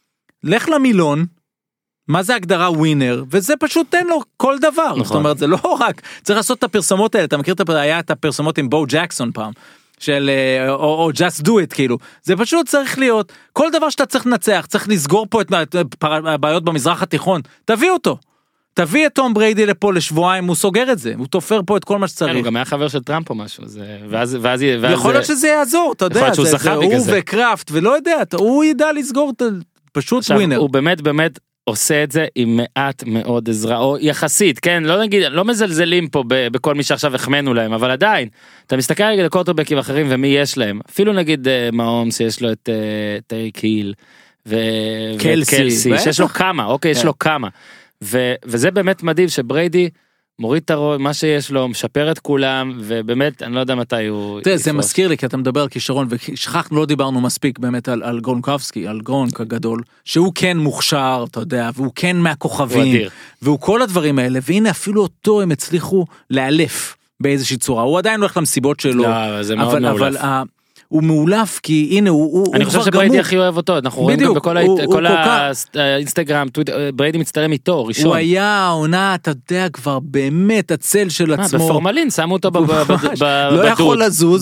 לך למילון, מה זה הגדרה ווינר, וזה פשוט תן לו כל דבר, זאת אומרת, זה לא רק, צריך לעשות את הפרסמות האלה, אתה מכיר היה את הפרסמות עם בו ג'קסון פעם, של, או just do it, כאילו, זה פשוט צריך להיות, כל דבר שאתה צריך לנצח, צריך לסגור פה את הבעיות במזרח התיכון, תביא אותו, תביא את תום בריידי לפה לשבועיים, הוא סוגר את זה, הוא תופר פה את כל מה שצריך. הוא גם היה חבר של טראמפ או משהו, ואז יכול להיות שזה יעזור, אתה יודע, הוא וקראפט, ולא יודע, הוא ידע לסגור, פשוט ווינר. הוא באמת עושה את זה עם מעט מאוד עזרה, או יחסית, כן, לא נגיד, לא מזלזלים פה בכל מי שעכשיו החמנו להם, אבל עדיין, אתה מסתכל רגע לקורטרבקים אחרים ומי יש להם, אפילו נגיד מהומס יש לו את טייק היל, וקלסי, שיש לו כמה, אוקיי, יש כן. לו כמה. וזה באמת מדהים שבריידי מוריד את הראש, מה שיש לו, משפר את כולם, ובאמת, אני לא יודע מתי הוא... תראה, זה מזכיר לי, כי אתה מדבר על כישרון, ושכחנו, לא דיברנו מספיק באמת על גרונקובסקי, על גרונק הגדול, שהוא כן מוכשר, אתה יודע, והוא כן מהכוכבים, והוא כל הדברים האלה, והנה אפילו אותו הם הצליחו לאלף באיזושהי צורה, הוא עדיין הולך למסיבות שלו, לא, זה מאוד מאולף. אבל הוא מאולף, כי הנה, הוא אני חושב שבריידי הכי אוהב אותו, אנחנו רואים גם בכל האינסטגרם, בריידי מצטלם איתו, ראשון. הוא היה העונה, אתה יודע, כבר באמת הצל של עצמו. בפורמלין, שמו אותו בדוד. לא יכול לזוז,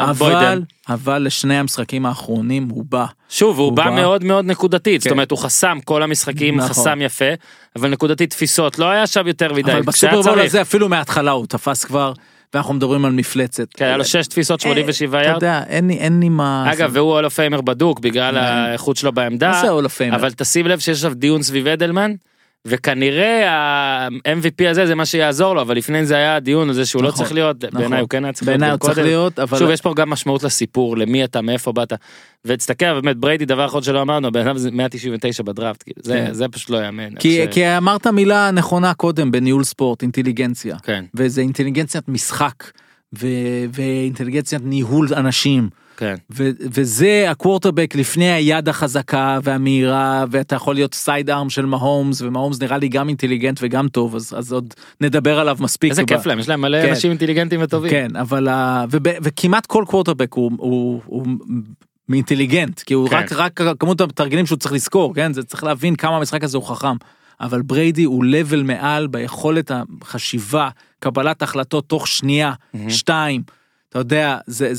אבל לשני המשחקים האחרונים הוא בא. שוב, הוא בא מאוד מאוד נקודתית, זאת אומרת, הוא חסם כל המשחקים, חסם יפה, אבל נקודתית תפיסות, לא היה שם יותר וידי. אבל בסופרבול הזה, אפילו מההתחלה הוא תפס כבר, ואנחנו מדברים על מפלצת. כן, היה לו 6 תפיסות 87 יארד. אתה יודע, אין לי מה... אגב, והוא הול אוף פיימר בדוק, בגלל האיכות שלו בעמדה. מה זה הול אוף פיימר? אבל תשים לב שיש עכשיו דיון סביב אדלמן, וכנראה ה-MVP הזה זה מה שיעזור לו, אבל לפני זה היה דיון הזה שהוא לא צריך להיות, בעיניי הוא כן היה צריך להיות, שוב, יש פה גם משמעות לסיפור, למי אתה, מאיפה באת, ותסתכל, באמת, בריידי, דבר אחד שלא אמרנו, בעיניו זה 199 בדראפט, זה פשוט לא יאמן. כי אמרת מילה נכונה קודם, בניהול ספורט, אינטליגנציה, וזה אינטליגנציית משחק, ואינטליגנציית ניהול אנשים, כן. וזה הקוורטרבק לפני היד החזקה והמהירה, ואתה יכול להיות סייד ארם של מהומס, ומהומס נראה לי גם אינטליגנט וגם טוב, אז עוד נדבר עליו מספיק. איזה כיף להם, יש להם מלא אנשים אינטליגנטים וטובים. כן, אבל, וכמעט כל קוורטרבק הוא אינטליגנט, כי הוא רק כמות התרגילים שהוא צריך לזכור, כן? זה צריך להבין כמה המשחק הזה הוא חכם, אבל בריידי הוא לבל מעל ביכולת החשיבה, קבלת החלטות תוך שנייה, 2, אתה יודע,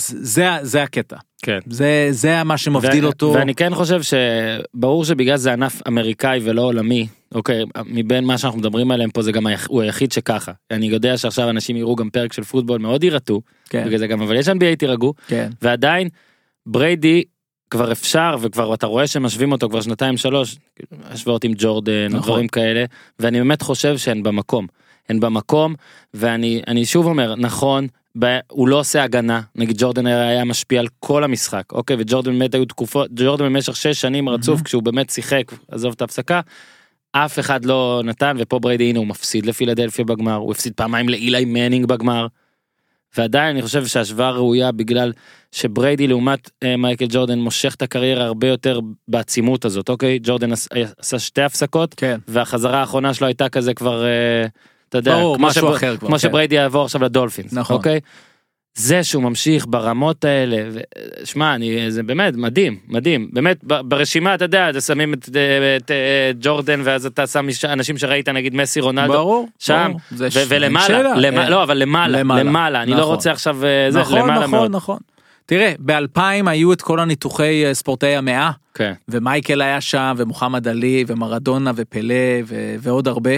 זה הקטע. כן. זה מה שמבדיל אותו. ואני כן חושב שברור שבגלל זה ענף אמריקאי ולא עולמי, אוקיי, מבין מה שאנחנו מדברים עליהם פה, זה גם הוא היחיד שככה. אני יודע שעכשיו אנשים יראו גם פרק של פוטבול, מאוד ירתו, בגלל זה גם, אבל יש NBA תירגעו, ועדיין בריידי כבר אפשר, וכבר אתה רואה שמשווים אותו כבר 2-3, השוואות עם ג'ורדן, דברים כאלה, ואני באמת חושב שהן במקום. הן במקום, ואני שוב אומר, נכון, הוא לא עושה הגנה, נגיד ג'ורדן היה משפיע על כל המשחק, אוקיי, וג'ורדן באמת היו תקופות, ג'ורדן במשך 6 שנים רצוף, כשהוא באמת שיחק, עזוב את ההפסקה, אף אחד לא נתן, ופה בריידי, הנה הוא מפסיד לפילדלפיה בגמר, הוא הפסיד פעמיים לאילי מנינג בגמר, ועדיין אני חושב שהשוואה ראויה, בגלל שבריידי לעומת מייקל ג'ורדן מושך את הקריירה הרבה יותר בעצימות הזאת, אוקיי, ג'ורדן עשה 2 הפסקות, והחזרה האחרונה שלו הייתה כזה כבר, אתה יודע, כמו שבריידי יעבור עכשיו לדולפינס, אוקיי? זה שהוא ממשיך ברמות האלה, שמע, זה באמת מדהים, מדהים, באמת ברשימה, אתה יודע, אתה שמים את ג'ורדן, ואז אתה שם אנשים שראית, נגיד מסי, רונלדו, שם, ולמעלה, לא, אבל למעלה, אני לא רוצה עכשיו, זה למעלה מאוד. נכון. תראה, ב-2000 היו את כל הניתוחי ספורטאי המאה, ומייקל היה שם, ומוחמד עלי, ומרדונה, ופלה, ועוד הרבה,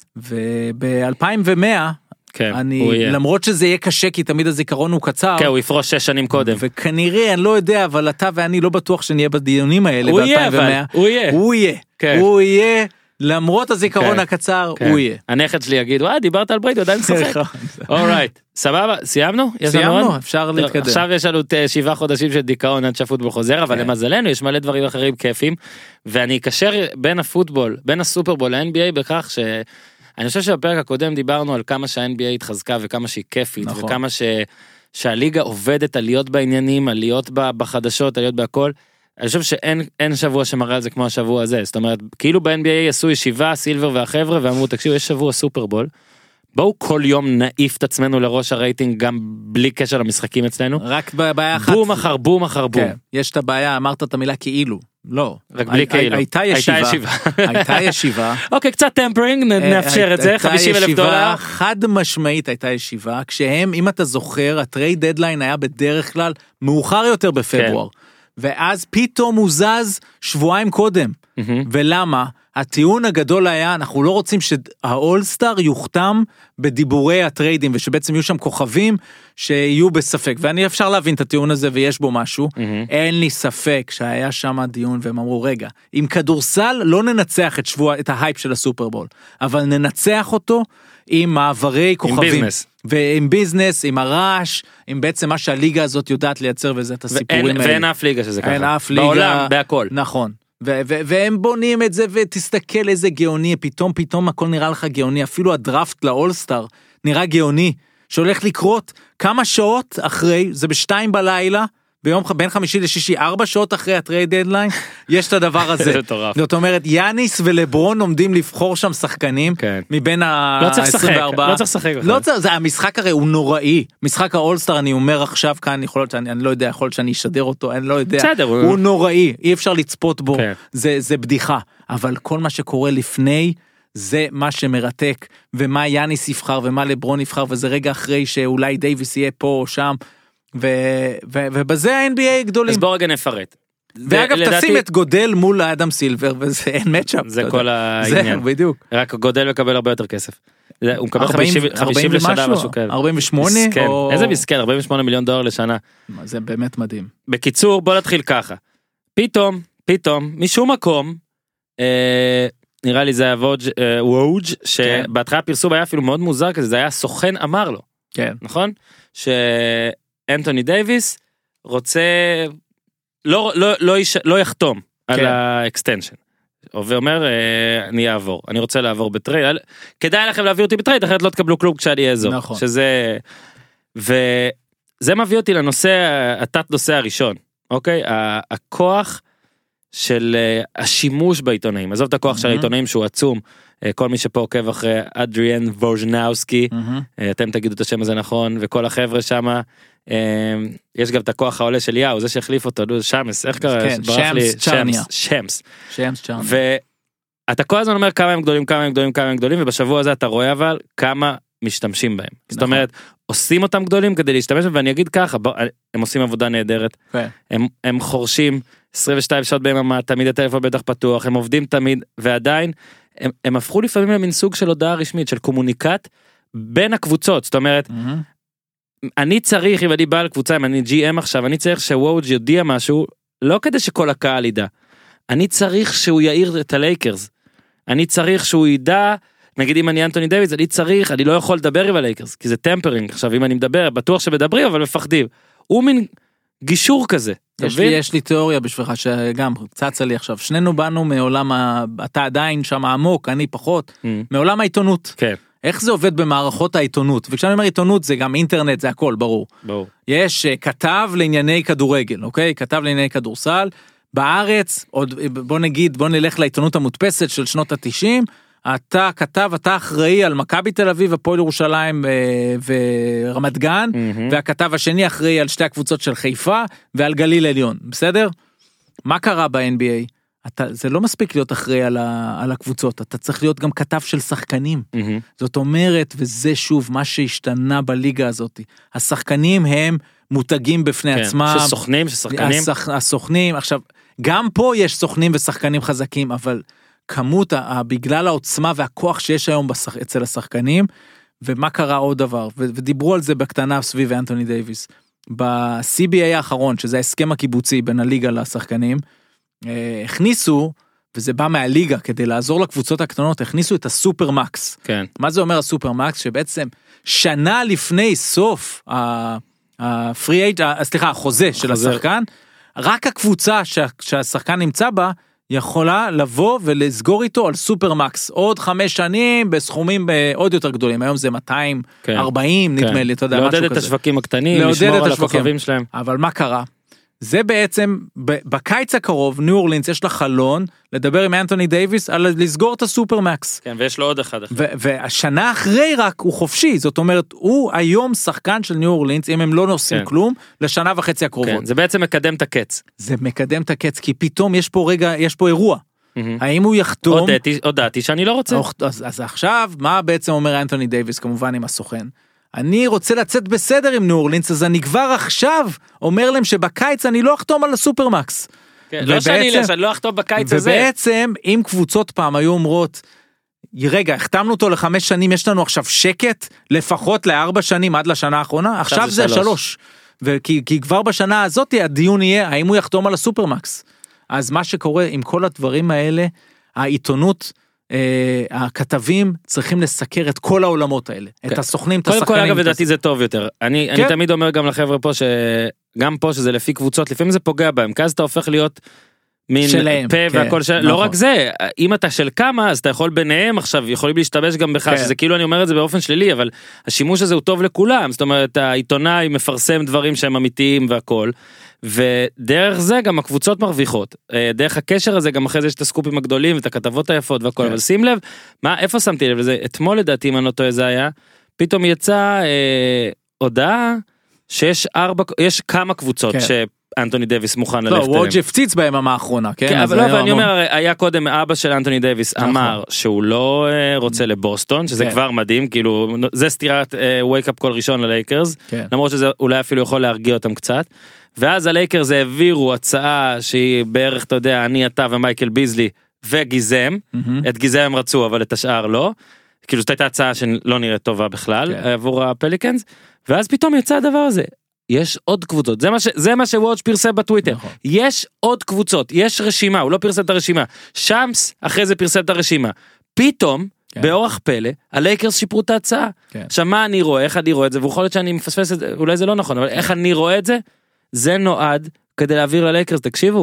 וב-2100, למרות שזה יהיה קשה, כי תמיד הזיכרון הוא קצר. כן, הוא יפרוש 6 שנים קודם. וכנראה, אני לא יודע, אבל אתה ואני לא בטוח שנהיה בדיונים האלה ב-2100. הוא יהיה, למרות הזיכרון הקצר, הוא יהיה. הנכד שלי יגיד, דיברת על בריידי, עדיין משחק. אורייט, סבבה, סיימנו? סיימנו, אפשר להתקדם. עכשיו יש לנו 7 חודשים של דיכאון עד שהפוטבול חוזר, אבל למזלנו יש מלא דברים אחרים כיפים, ואני אקשר בין הפוטבול, בין הסופרבול ל-NBA בכך אני חושב שבפרק הקודם דיברנו על כמה שה-NBA התחזקה וכמה שהיא כיפית, וכמה שהליגה עובדת על להיות בעניינים, על להיות בחדשות, על להיות בהכל. אני חושב שאין שבוע שמראה על זה כמו השבוע הזה. זאת אומרת, כאילו ב-NBA עשו ישיבה, סילבר והחבר'ה, ואמרו, תקשיבו, יש שבוע סופרבול, בואו כל יום נעיף את עצמנו לראש הרייטינג, גם בלי קשר למשחקים אצלנו. רק בעיה אחת. בום אחר בום אחר בום. יש את הבעיה, אמרת את המילה כאילו. לא. רק בלי כאילו. הייתה ישיבה. אוקיי, קצת טמפרינג, נאפשר את זה, $50,000. חד משמעית הייתה ישיבה, כשהם, אם אתה זוכר, הטרייד דדליין היה בדרך כלל מאוחר יותר בפברואר. ואז פתאום הוא זז שבועיים קודם. ולמה? הטיעון הגדול היה, אנחנו לא רוצים שהאולסטאר יוחתם בדיבורי הטריידים, ושבעצם יהיו שם כוכבים שיהיו בספק, ואני אפשר להבין את הטיעון הזה ויש בו משהו, אין לי ספק שהיה שם דיון והם אמרו, רגע, עם כדורסל לא ננצח את ההייפ של הסופרבול, אבל ננצח אותו עם מעברי כוכבים. עם ביזנס. ועם ביזנס, עם הרעש, עם בעצם מה שהליגה הזאת יודעת לייצר, וזה את הסיפורים האלה. ואין אף ליגה שזה ככה. אין אף ליגה. בעולם, בהכל. נכון. והם בונים את זה, ותסתכל איזה גאוני, פתאום הכל נראה לך גאוני, אפילו הדראפט לאולסטאר נראה גאוני, שהולך לקרות כמה שעות אחרי, זה בשתיים בלילה, ביום בין חמישי לשישי, 4 שעות אחרי הטרייד דדליין, יש את הדבר הזה. זה מטורף. זאת אומרת, יאניס ולברון עומדים לבחור שם שחקנים, מבין לא צריך לשחק, ה-24. לא צריך לשחק. לא צריך, המשחק הרי הוא נוראי. משחק האולסטאר, אני אומר עכשיו כאן, יכול להיות שאני לא יודע, יכול להיות שאני אשדר אותו, אני לא יודע. בסדר. הוא נוראי, אי אפשר לצפות בו, זה בדיחה. אבל כל מה שקורה לפני, זה מה שמרתק, ומה יאניס יבחר, ומה לברון יבחר, וזה רגע אחרי שאולי דייביס יהיה פה או שם, ובזה ה-NBA גדולים. אז בוא רגע נפרט. ואגב, תשים את גודל מול האדם סילבר, וזה אין מצ'אפ. זה כל העניין. זה, בדיוק. רק גודל מקבל הרבה יותר כסף. הוא מקבל 50 לשנה, משהו כאלה. 48? איזה מסכן, $48 מיליון לשנה. זה באמת מדהים. בקיצור, בוא נתחיל ככה. פתאום, משום מקום, נראה לי זה היה ווג' שבהתחלה הפרסום היה אפילו מאוד מוזר כזה, זה היה סוכן אמר לו. כן. נכון? שאנטוני דייביס רוצה, לא יחתום על האקסטנשן. ואומר, אני אעבור, אני רוצה לעבור בטרייד, כדאי לכם להביא אותי בטרייד, אחרת לא תקבלו כלום כשאני אעזור. נכון. וזה מביא אותי לנושא, התת נושא הראשון, אוקיי? הכוח של השימוש בעיתונאים, עזוב את הכוח של העיתונאים שהוא עצום, כל מי שפה עוקב אחרי אדריאן ווז'נאוסקי, אתם תגידו את השם הזה נכון, וכל החבר'ה שם, יש גם את הכוח העולה של יאו, זה שהחליף אותו, שמס, איך קרא? שמס צ'רניה. ואתה כל הזמן אומר כמה הם גדולים, ובשבוע הזה אתה רואה אבל כמה משתמשים בהם. זאת אומרת, עושים אותם גדולים כדי להשתמש בהם, ואני אגיד ככה, הם עושים עבודה נהדרת, הם חורשים 22 שעות ביממה, תמיד הטלפון בטח פתוח, הם עובדים תמיד, ועדיין, הם הפכו לפעמים למין סוג של הודעה רשמית, של קומוניקט בין הקבוצות, זאת אומרת, אני צריך, אם אני בא לקבוצה, אם אני GM עכשיו, אני צריך שווג' יודיע משהו, לא כדי שכל הקהל ידע, אני צריך שהוא יעיר את הלייקרס, אני צריך שהוא ידע, נגיד אם אני אנטוני דייוויס, אני לא יכול לדבר עם הלייקרס, כי זה טמפרינג, עכשיו אם אני מדבר, בטוח שמדברים, אבל מפחדים, הוא מין גישור כזה. יש לי תיאוריה בשבילך שגם צצה לי עכשיו, שנינו באנו מעולם, אתה עדיין שם עמוק, אני פחות, מעולם העיתונות. כן. איך זה עובד במערכות העיתונות? וכשאני אומר עיתונות זה גם אינטרנט, זה הכל, ברור. יש כתב לענייני כדורגל, אוקיי? כתב לענייני כדורסל, בארץ, בוא נלך לעיתונות המודפסת של שנות ה-90, אתה אחראי על מכבי תל אביב, הפועל ירושלים ורמת גן, והכתב השני אחראי על שתי הקבוצות של חיפה, ועל גליל עליון, בסדר? מה קרה ב-NBA? זה לא מספיק להיות אחראי על הקבוצות, אתה צריך להיות גם כתב של שחקנים. זאת אומרת, וזה שוב מה שהשתנה בליגה הזאת, השחקנים הם מותגים בפני עצמם. שסוכנים, ששחקנים. הסוכנים, עכשיו, גם פה יש סוכנים ושחקנים חזקים, אבל כמות, בגלל העוצמה והכוח שיש היום אצל השחקנים, ומה קרה עוד דבר, ודיברו על זה בקטנה סביב אנטוני דייביס, ב-CBA האחרון, שזה ההסכם הקיבוצי בין הליגה לשחקנים, הכניסו, וזה בא מהליגה, כדי לעזור לקבוצות הקטנות, הכניסו את הסופרמקס. כן. מה זה אומר הסופרמקס? שבעצם שנה לפני סוף החוזה של השחקן, רק הקבוצה שהשחקן נמצא בה, יכולה לבוא ולסגור איתו על סופרמקס, עוד 5 שנים בסכומים עוד יותר גדולים, היום זה 240 נדמה לי, אתה יודע, משהו כזה. לעודד את השווקים הקטנים, לשמור על הכוכבים שלהם. אבל מה קרה? זה בעצם, בקיץ הקרוב, ניו אורלינס יש לה חלון, לדבר עם אנטוני דייביס, על לסגור את הסופרמקס. כן, ויש לו עוד אחד. והשנה אחרי רק הוא חופשי, זאת אומרת, הוא היום שחקן של ניו אורלינס, אם הם לא נוסעים כלום, לשנה וחצי הקרובות. כן, זה בעצם מקדם את הקץ. זה מקדם את הקץ, כי פתאום יש פה אירוע. האם הוא יחתום? הודעתי שאני לא רוצה. אז עכשיו, מה בעצם אומר אנטוני דייביס, כמובן עם הסוכן? אני רוצה לצאת בסדר עם ניו אורלינס, אז אני כבר עכשיו אומר להם שבקיץ אני לא אחתום על הסופרמקס. כן, לא שאני לא אחתום בקיץ הזה. ובעצם, אם קבוצות פעם היו אומרות, רגע, החתמנו אותו ל5 שנים, יש לנו עכשיו שקט, לפחות ל4 שנים עד לשנה האחרונה, עכשיו זה 3. כי כבר בשנה הזאת הדיון יהיה, האם הוא יחתום על הסופרמקס. אז מה שקורה עם כל הדברים האלה, העיתונות, הכתבים צריכים לסקר את כל העולמות האלה, את הסוכנים, את השחקנים. קודם כל, אגב, לדעתי זה טוב יותר. אני תמיד אומר גם לחבר'ה פה, שגם פה שזה לפי קבוצות, לפעמים זה פוגע בהם, כי אז אתה הופך להיות מין שלהם, פה כן, והכל נכון. לא רק זה, אם אתה של כמה, אז אתה יכול ביניהם עכשיו, יכולים להשתמש גם בך, כן. שזה כאילו אני אומר את זה באופן שלילי, אבל השימוש הזה הוא טוב לכולם, זאת אומרת, העיתונאי מפרסם דברים שהם אמיתיים והכל, ודרך זה גם הקבוצות מרוויחות, דרך הקשר הזה גם אחרי זה יש את הסקופים הגדולים, ואת הכתבות היפות והכל, כן. אבל שים לב, איפה שמתי לב לזה? אתמול לדעתי, אם אני לא טועה זה היה, פתאום יצא הודעה, שיש כמה קבוצות כן. שאנטוני דייביס מוכן לא, ללכת אליהם. ווג' הפציץ ביממה האחרונה, כן? כן, אז אבל היה לא, אבל אני המון. אומר, היה קודם אבא של אנטוני דייביס נכון. אמר שהוא לא רוצה לבוסטון, שזה כן. כבר מדהים, כאילו, זה סתירת wake up call ראשון ללייקרס, כן. למרות שזה אולי אפילו יכול להרגיע אותם קצת, ואז הלייקרס העבירו הצעה שהיא בערך, אתה יודע, אני, אתה ומייקל ביזלי, וגיזם, את גיזם הם רצו, אבל את השאר לא, כאילו זאת הייתה הצעה שלא נראית טובה בכלל, כן. עבור הפליקנס, ואז פתאום יצא הדבר הזה. יש עוד קבוצות, זה מה שוואץ' פרסם בטוויטר, נכון. יש עוד קבוצות, יש רשימה, הוא לא פרסם את הרשימה, שמס אחרי זה פרסם את הרשימה, פתאום, כן. באורח פלא, הלייקרס שיפרו את ההצעה, כן. עכשיו מה אני רואה, איך אני רואה את זה, ויכול להיות שאני מפספס את זה, אולי זה לא נכון, אבל איך אני רואה את זה, זה נועד כדי להעביר ללייקרס, תקשיבו,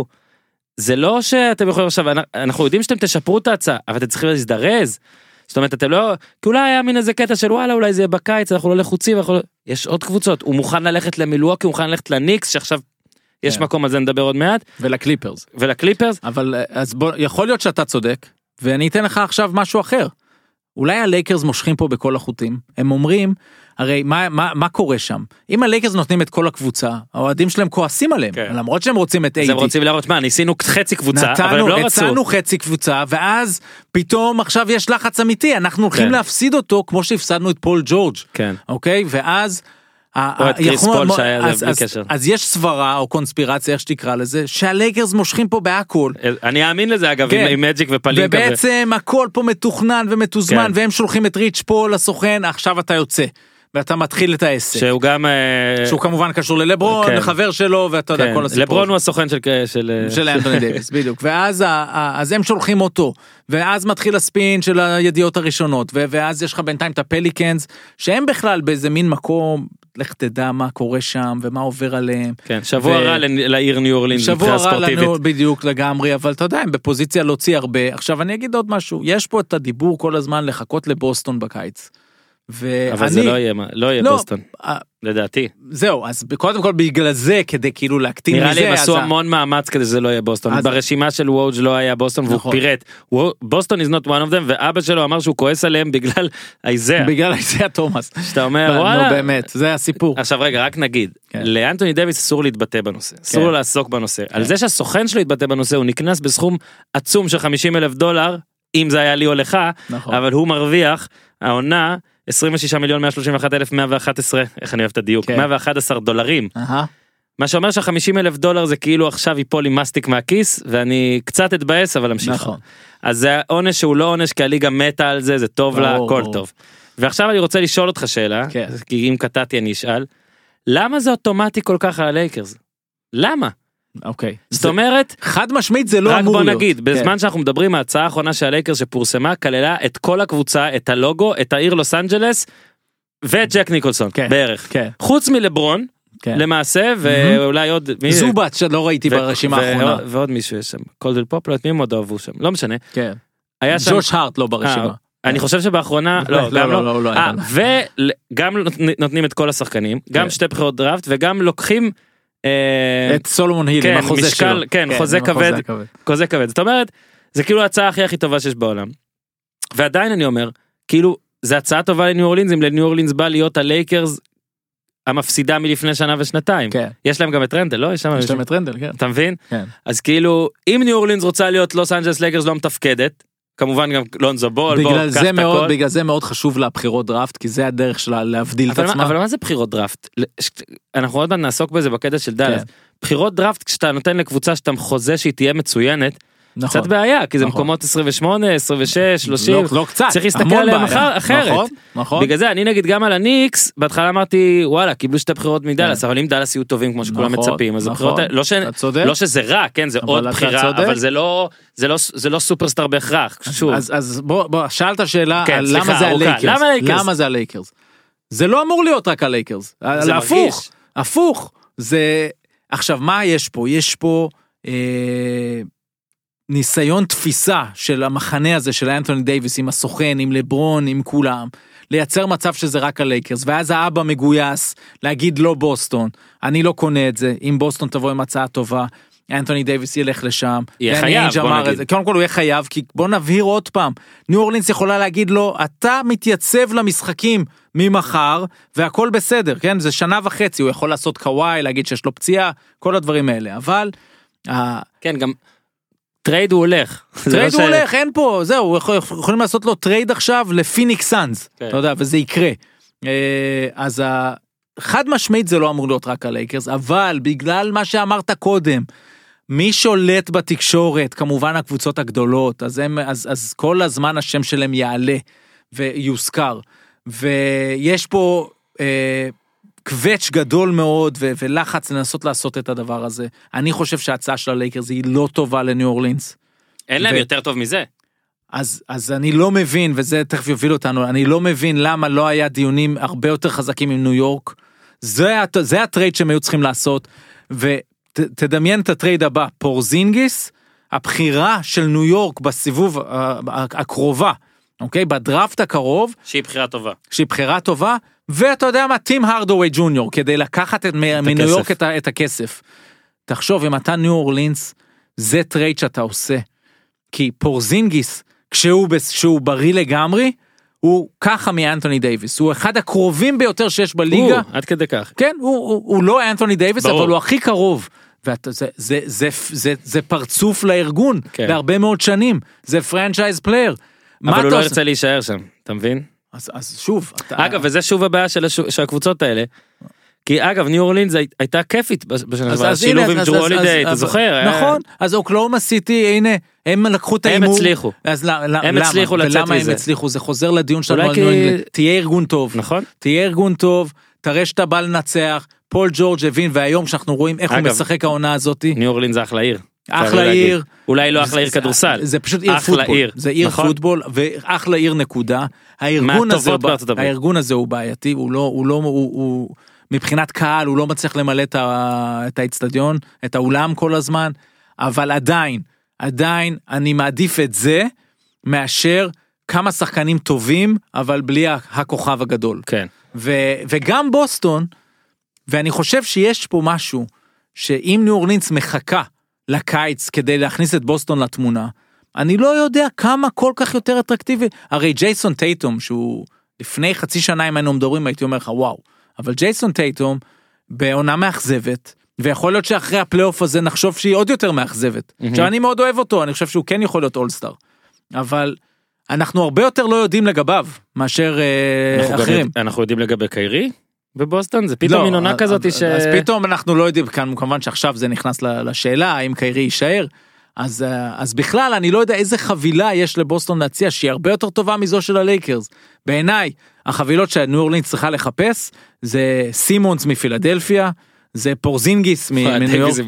זה לא שאתם יכולים עכשיו, אנחנו יודעים שאתם תשפרו את ההצעה, אבל אתם צריכים להזדרז, זאת אומרת, אתם לא, כי אולי היה מין איזה קטע של וואלה, אולי זה יהיה בקיץ, אנחנו לא לחוצים, יש עוד קבוצות, הוא מוכן ללכת למילואוקי, הוא מוכן ללכת לניקס, שעכשיו יש כן. מקום על זה נדבר עוד מעט, ולקליפרס. ולקליפרס, אבל אז בוא, יכול להיות שאתה צודק, ואני אתן לך עכשיו משהו אחר. אולי הלייקרס מושכים פה בכל החוטים, הם אומרים, הרי מה קורה שם? אם הלייקרס נותנים את כל הקבוצה, האוהדים שלהם כועסים עליהם, כן. למרות שהם רוצים את אז הם AD. רוצים להראות, מה, ניסינו חצי קבוצה, אבל הם לא רצו. הצענו חצי קבוצה, ואז פתאום עכשיו יש לחץ אמיתי, אנחנו הולכים כן. להפסיד אותו, כמו שהפסדנו את פול ג'ורג'. כן. אוקיי? ואז או את קריס פול שהיה בלי קשר. אז יש סברה או קונספירציה, איך שתקרא לזה, שהלייקרס מושכים פה בהכל. אני אאמין לזה אגב, כן. עם מג'יק ופלינקה. ובעצם הכל פה מתוכנן ומתוזמן, כן. והם שולחים את ריץ' פול לסוכן, עכשיו אתה יוצא, ואתה מתחיל את העסק. שהוא גם... שהוא כמובן קשור ללברון, כן. לחבר שלו, ואתה יודע, כל הסיפור. לברון הוא הסוכן של אנטוני דייביס, בדיוק. ואז אז הם שולחים אותו, ואז מתחיל הספין של הידיעות הראשונות, ואז יש לך בינתיים את הפליקנס, שהם בכלל באיזה מין מקום, לך תדע מה קורה שם, ומה עובר עליהם. כן, שבוע רע לעיר ניו אורלינס, שבוע רע לנו בדיוק לגמרי, אבל אתה יודע, הם בפוזיציה להוציא הרבה. עכשיו אני אגיד עוד משהו, יש פה את הדיבור כל הזמן לחכות לבוסטון בקיץ. אבל זה לא יהיה בוסטון, לדעתי. זהו, אז קודם כל בגלל זה, כדי כאילו להקטין מזה. נראה לי הם עשו המון מאמץ כדי שזה לא יהיה בוסטון, ברשימה של ווג' לא היה בוסטון, והוא פירט, בוסטון is not one of them, ואבא שלו אמר שהוא כועס עליהם בגלל האיזיה. בגלל האיזיה תומאס. שאתה אומר, וואלה. נו באמת, זה הסיפור. עכשיו רגע, רק נגיד, לאנטוני דייביס אסור להתבטא בנושא, אסור לו לעסוק בנושא, על זה שהסוכן שלו התבטא בנושא, הוא נקנס בסכום עצום של $50,000, אם זה היה לי או לך, אבל הוא מרוויח, העונה, 26,131,111, איך אני אוהב את הדיוק, $111. מה שאומר $50,000 זה כאילו עכשיו ייפול לי מסטיק מהכיס, ואני קצת אתבאס, אבל אמשיך. נכון. אז זה עונש שהוא לא עונש, כי הליגה מתה על זה, זה טוב לה, הכל טוב. ועכשיו אני רוצה לשאול אותך שאלה, כי אם קטעתי אני אשאל, למה זה אוטומטי כל כך על הלייקרס? למה? אוקיי. זאת אומרת, חד משמעית זה לא אמור להיות. רק בוא נגיד, בזמן שאנחנו מדברים, ההצעה האחרונה של הלייקרס שפורסמה, כללה את כל הקבוצה, את הלוגו, את העיר לוס אנג'לס, ואת ג'ק ניקולסון, בערך. חוץ מלברון, למעשה, ואולי עוד... זובת שלא ראיתי ברשימה האחרונה. ועוד מישהו יש שם, קולדל פופלט, מי מאוד אהבו שם, לא משנה. ג'וש הארט לא ברשימה. אני חושב שבאחרונה, לא, וגם נותנים את כל השחקנים, גם שתי בחירות דראפט, וגם לוקחים את סולומון היל עם החוזה שלו. כן, חוזה כבד. זאת אומרת, זה כאילו ההצעה הכי טובה שיש בעולם. ועדיין אני אומר, כאילו, זה הצעה טובה לניו אורלינס, אם לניו אורלינס בא להיות הלייקרס המפסידה מלפני שנה ושנתיים. יש להם גם את רנדל, לא? יש להם את רנדל, כן. אתה מבין? אז כאילו, אם ניו אורלינס רוצה להיות לוס אנג'לס לייקרס לא מתפקדת, כמובן גם לונזו בול, בגלל זה מאוד חשוב לבחירות דראפט, כי זה הדרך שלה להבדיל את עצמה. אבל מה זה בחירות דראפט? אנחנו עוד מעט נעסוק בזה בקטע של דאלאס. בחירות דראפט, כשאתה נותן לקבוצה שאתה חוזה שהיא תהיה מצוינת, קצת בעיה, כי זה מקומות 28, 26, 30, צריך להסתכל עליהם אחרת. בגלל זה, אני נגיד גם על הניקס, בהתחלה אמרתי, וואלה, קיבלו שתי בחירות מדאלאס, אבל אם דאלאס יהיו טובים כמו שכולם מצפים, אז הבחירות, לא שזה רע, כן, זה עוד בחירה, אבל זה לא סופרסטאר בהכרח, שוב. אז בוא, שאלת שאלה, למה זה הלייקרס? למה זה הלייקרס? זה לא אמור להיות רק הלייקרס, זה הפוך, זה, עכשיו, מה יש פה? יש פה, ניסיון תפיסה של המחנה הזה של אנתוני דייביס עם הסוכן, עם לברון, עם כולם, לייצר מצב שזה רק הלייקרס, ואז האבא מגויס להגיד לא בוסטון, אני לא קונה את זה, אם בוסטון תבוא עם הצעה טובה, אנתוני דייביס ילך לשם, יהיה חייב, בוא נגיד. קודם כל הוא יהיה חייב, כי בוא נבהיר עוד פעם, ניו אורלינס יכולה להגיד לו, אתה מתייצב למשחקים ממחר, והכל בסדר, כן? זה 1.5 שנה, הוא יכול לעשות קוואי, להגיד שיש לו פציעה, כל הדברים האלה, אבל... כן, גם... טרייד הוא הולך. טרייד הוא הולך, אין פה, זהו, יכולים לעשות לו טרייד עכשיו לפיניקס סאנס, אתה יודע, וזה יקרה. אז חד משמעית זה לא אמור להיות רק הלייקרס, אבל בגלל מה שאמרת קודם, מי שולט בתקשורת, כמובן הקבוצות הגדולות, אז כל הזמן השם שלהם יעלה ויוזכר, ויש פה קווץ' גדול מאוד ולחץ לנסות לעשות את הדבר הזה. אני חושב שההצעה של הלייקרס היא לא טובה לניו אורלינס. אין להם יותר טוב מזה. אז אני לא מבין, וזה תכף יוביל אותנו, אני לא מבין למה לא היה דיונים הרבה יותר חזקים עם ניו יורק. זה הטרייד שהם היו צריכים לעשות, ותדמיין את הטרייד הבא, פורזינגיס, הבחירה של ניו יורק בסיבוב הקרובה, אוקיי? בדראפט הקרוב. שהיא בחירה טובה. שהיא בחירה טובה, ואתה יודע מה, טים הרדווי ג'וניור, כדי לקחת מניו יורק את הכסף. תחשוב, אם אתה ניו אורלינס, זה טרייד שאתה עושה. כי פורזינגיס, כשהוא בריא לגמרי, הוא ככה מאנתוני דייביס, הוא אחד הקרובים ביותר שיש בליגה. עד כדי כך. כן, הוא לא אנתוני דייביס, אבל הוא הכי קרוב. זה פרצוף לארגון, להרבה מאוד שנים. זה פרנצ'ייז פלייר. אבל הוא לא ירצה להישאר שם, אתה מבין? אז שוב. אגב, וזה שוב הבעיה של הקבוצות האלה. כי אגב, ניו אורלינס הייתה כיפית בשנה הבאה, שילוב עם ג'רו הולידיי, אתה זוכר? נכון, אז אוקלאומה סיטי, הנה, הם לקחו את האימור. הם הצליחו. הם הצליחו לצאת מזה. ולמה הם הצליחו? זה חוזר לדיון שלנו על ניו אינגלנד. תהיה ארגון טוב. נכון. תהיה ארגון טוב, תראה שאתה בא לנצח, פול ג'ורג' הבין, והיום שאנחנו רואים איך הוא משחק העונה הזאת. ניו אורלינס זה אחלה עיר. אחלה עיר. אולי לא אחלה עיר כדורסל. זה פשוט עיר פוטבול. זה עיר פוטבול, ואחלה עיר נקודה. הארגון הזה הוא בעייתי, הוא מבחינת קהל, הוא לא מצליח למלא את האצטדיון, את האולם כל הזמן, אבל עדיין אני מעדיף את זה, מאשר כמה שחקנים טובים, אבל בלי הכוכב הגדול. כן. וגם בוסטון, ואני חושב שיש פה משהו, שאם ניו אורלינס מחכה לקיץ, כדי להכניס את בוסטון לתמונה, אני לא יודע כמה כל כך יותר אטרקטיבי, הרי ג'ייסון טייטום, שהוא לפני חצי שנה אם היינו מדברים, הייתי אומר לך וואו, אבל ג'ייסון טייטום בעונה מאכזבת, ויכול להיות שאחרי הפלייאוף הזה נחשוב שהיא עוד יותר מאכזבת. עכשיו אני מאוד אוהב אותו, אני חושב שהוא כן יכול להיות אולסטאר, אבל אנחנו הרבה יותר לא יודעים לגביו, מאשר אחרים. אנחנו יודעים לגבי קיירי בבוסטון, זה פתאום עונה כזאת ש... אז פתאום אנחנו לא יודעים, כמובן שעכשיו זה נכנס לשאלה, האם קיירי יישאר, אז בכלל אני לא יודע איזה חבילה יש לבוסטון להציע, שהיא הרבה יותר טובה מזו של הלייקרס. בעיניי, החבילות שהניו אורלינס צריכה לחפש, זה סימונס מפילדלפיה, זה פורזינגיס מניו יורק.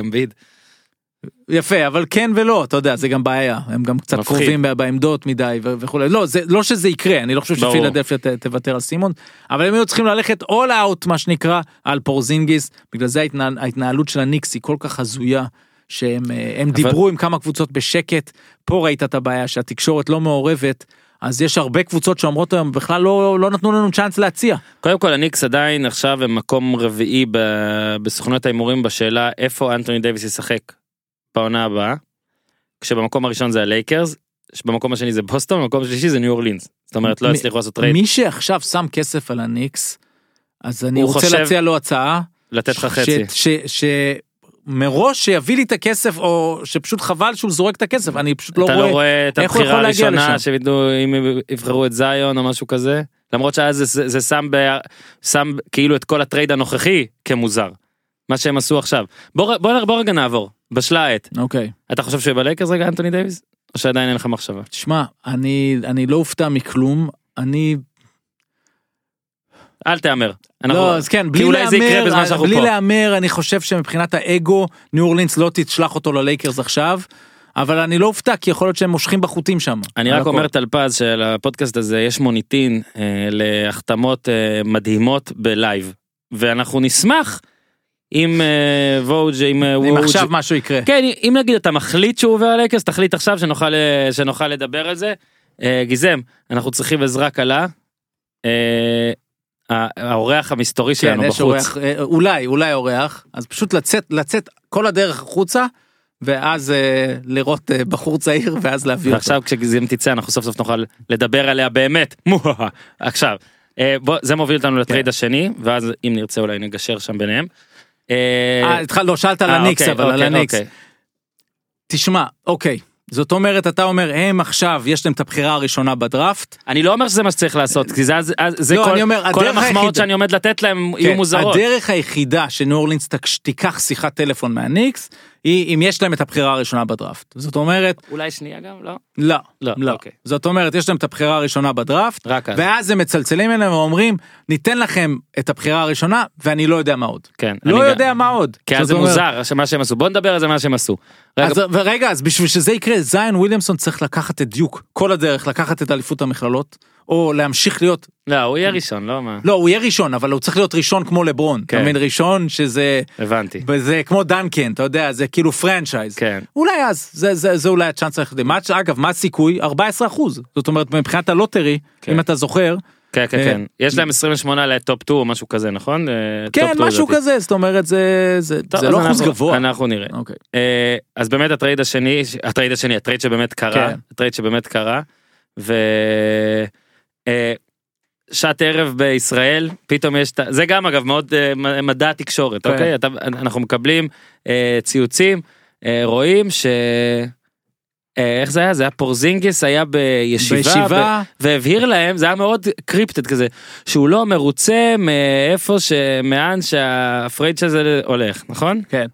יפה, אבל כן ולא, אתה יודע, זה גם בעיה, הם גם קצת קרובים בעמדות מדי וכו'. לא שזה יקרה, אני לא חושב שפילדלפיה תוותר על סימונס, אבל הם היו צריכים ללכת all out, מה שנקרא, על פורזינגיס, בגלל זה ההתנהלות של הניקס היא כל כך הזויה, שהם דיברו עם כמה קבוצות בשקט, פה ראית את הבעיה שהתקשורת לא מעורבת, אז יש הרבה קבוצות שאומרות היום, בכלל לא נתנו לנו צ'אנס להציע. קודם כל, הניקס עדיין עכשיו הם מקום רביעי בסוכנות האימורים בשאלה איפה אנתוני דייביס ישחק בעונה הבאה, כשבמקום הראשון זה הלייקרס, שבמקום השני זה בוסטון, במקום השלישי זה ניו אורלינס. זאת אומרת, לא הצליחו לעשות טרייד. מי שעכשיו שם כסף על הניקס, אז אני רוצה להציע לו הצעה, לתת לך חצי. מראש שיביא לי את הכסף, או שפשוט חבל שהוא זורק את הכסף, אני פשוט לא רואה, אתה לא רואה את הבחירה הראשונה, שבידעו אם יבחרו את זיון או משהו כזה, למרות שאז זה שם כאילו את כל הטרייד הנוכחי כמוזר, מה שהם עשו עכשיו. בוא רגע נעבור, בשלה העת. אוקיי. אתה חושב שהוא בלייקרס רגע, אנתוני דייביס? או שעדיין אין לך מחשבה? תשמע, אני לא אופתע מכלום, אל תאמר. לא, אז כן, בלי להאמר, אני חושב שמבחינת האגו, ניו אורלינס לא תשלח אותו ללייקרס עכשיו, אבל אני לא אופתע, כי יכול להיות שהם מושכים בחוטים שם. אני רק אומר תלפז, שלפודקאסט הזה יש מוניטין להחתמות מדהימות בלייב, ואנחנו נשמח אם ווג' עם אם עכשיו משהו יקרה. כן, אם נגיד אתה מחליט שהוא עובר ללייקרס, תחליט עכשיו שנוכל לדבר על זה. גיזם, אנחנו צריכים עזרה קלה. האורח המסתורי שלנו בחוץ. אולי אורח, אז פשוט לצאת כל הדרך החוצה, ואז לראות בחור צעיר, ואז להביא אותו. ועכשיו כשגיזם תצא, אנחנו סוף סוף נוכל לדבר עליה באמת. עכשיו, זה מוביל אותנו לטרייד השני, ואז אם נרצה אולי נגשר שם ביניהם. לא, שאלת על הניקס, אבל על הניקס. תשמע, אוקיי. זאת אומרת, אתה אומר, הם עכשיו, יש להם את הבחירה הראשונה בדראפט. אני לא אומר שזה מה שצריך לעשות, כי זה כל המחמאות שאני עומד לתת להם יהיו מוזרות. הדרך היחידה שניו אורלינס תיקח שיחת טלפון מהניקס, היא אם יש להם את הבחירה הראשונה בדראפט. זאת אומרת... אולי שנייה גם, לא? לא. זאת אומרת, יש להם את הבחירה הראשונה בדראפט, ואז הם מצלצלים אליהם ואומרים, ניתן לכם את הבחירה הראשונה, ואני לא יודע מה עוד. כן. לא יודע מה עוד. כי אז זה מוזר, מה שהם עשו. בוא נדבר על זה מה שהם עשו. רגע, אז בשביל שזה יקרה, זיין וויליאמסון צריך לקחת את דיוק, כל הדרך, לקחת את אליפות המכללות, או להמשיך להיות... לא, הוא יהיה ראשון, לא מה? לא, הוא יהיה ראשון, אבל הוא צריך להיות ראשון כמו לברון. אתה מבין, ראשון שזה... הבנתי. וזה כמו דנקן, אתה יודע, זה כאילו פרנצ'ייז. כן. אולי אז, זה אולי הצ'אנס היחידי. אגב, מה הסיכוי? 14%. זאת אומרת, מבחינת הלוטרי, אם אתה זוכר... כן. יש להם 28 לטופ 2 או משהו כזה, נכון? כן, משהו כזה, זאת אומרת, זה לא אחוז גבוה. אנחנו נראה. אז באמת הטרייד שבאמת קרה, שעת ערב בישראל, פתאום יש, זה גם אגב מאוד מדע התקשורת, אוקיי? אנחנו מקבלים ציוצים, רואים איך זה היה? זה היה פורזינגיס, היה בישיבה, והבהיר להם, זה היה מאוד קריפטד כזה, שהוא לא מרוצה מאיפה שמען שהפרייד שזה הולך, נכון? כן.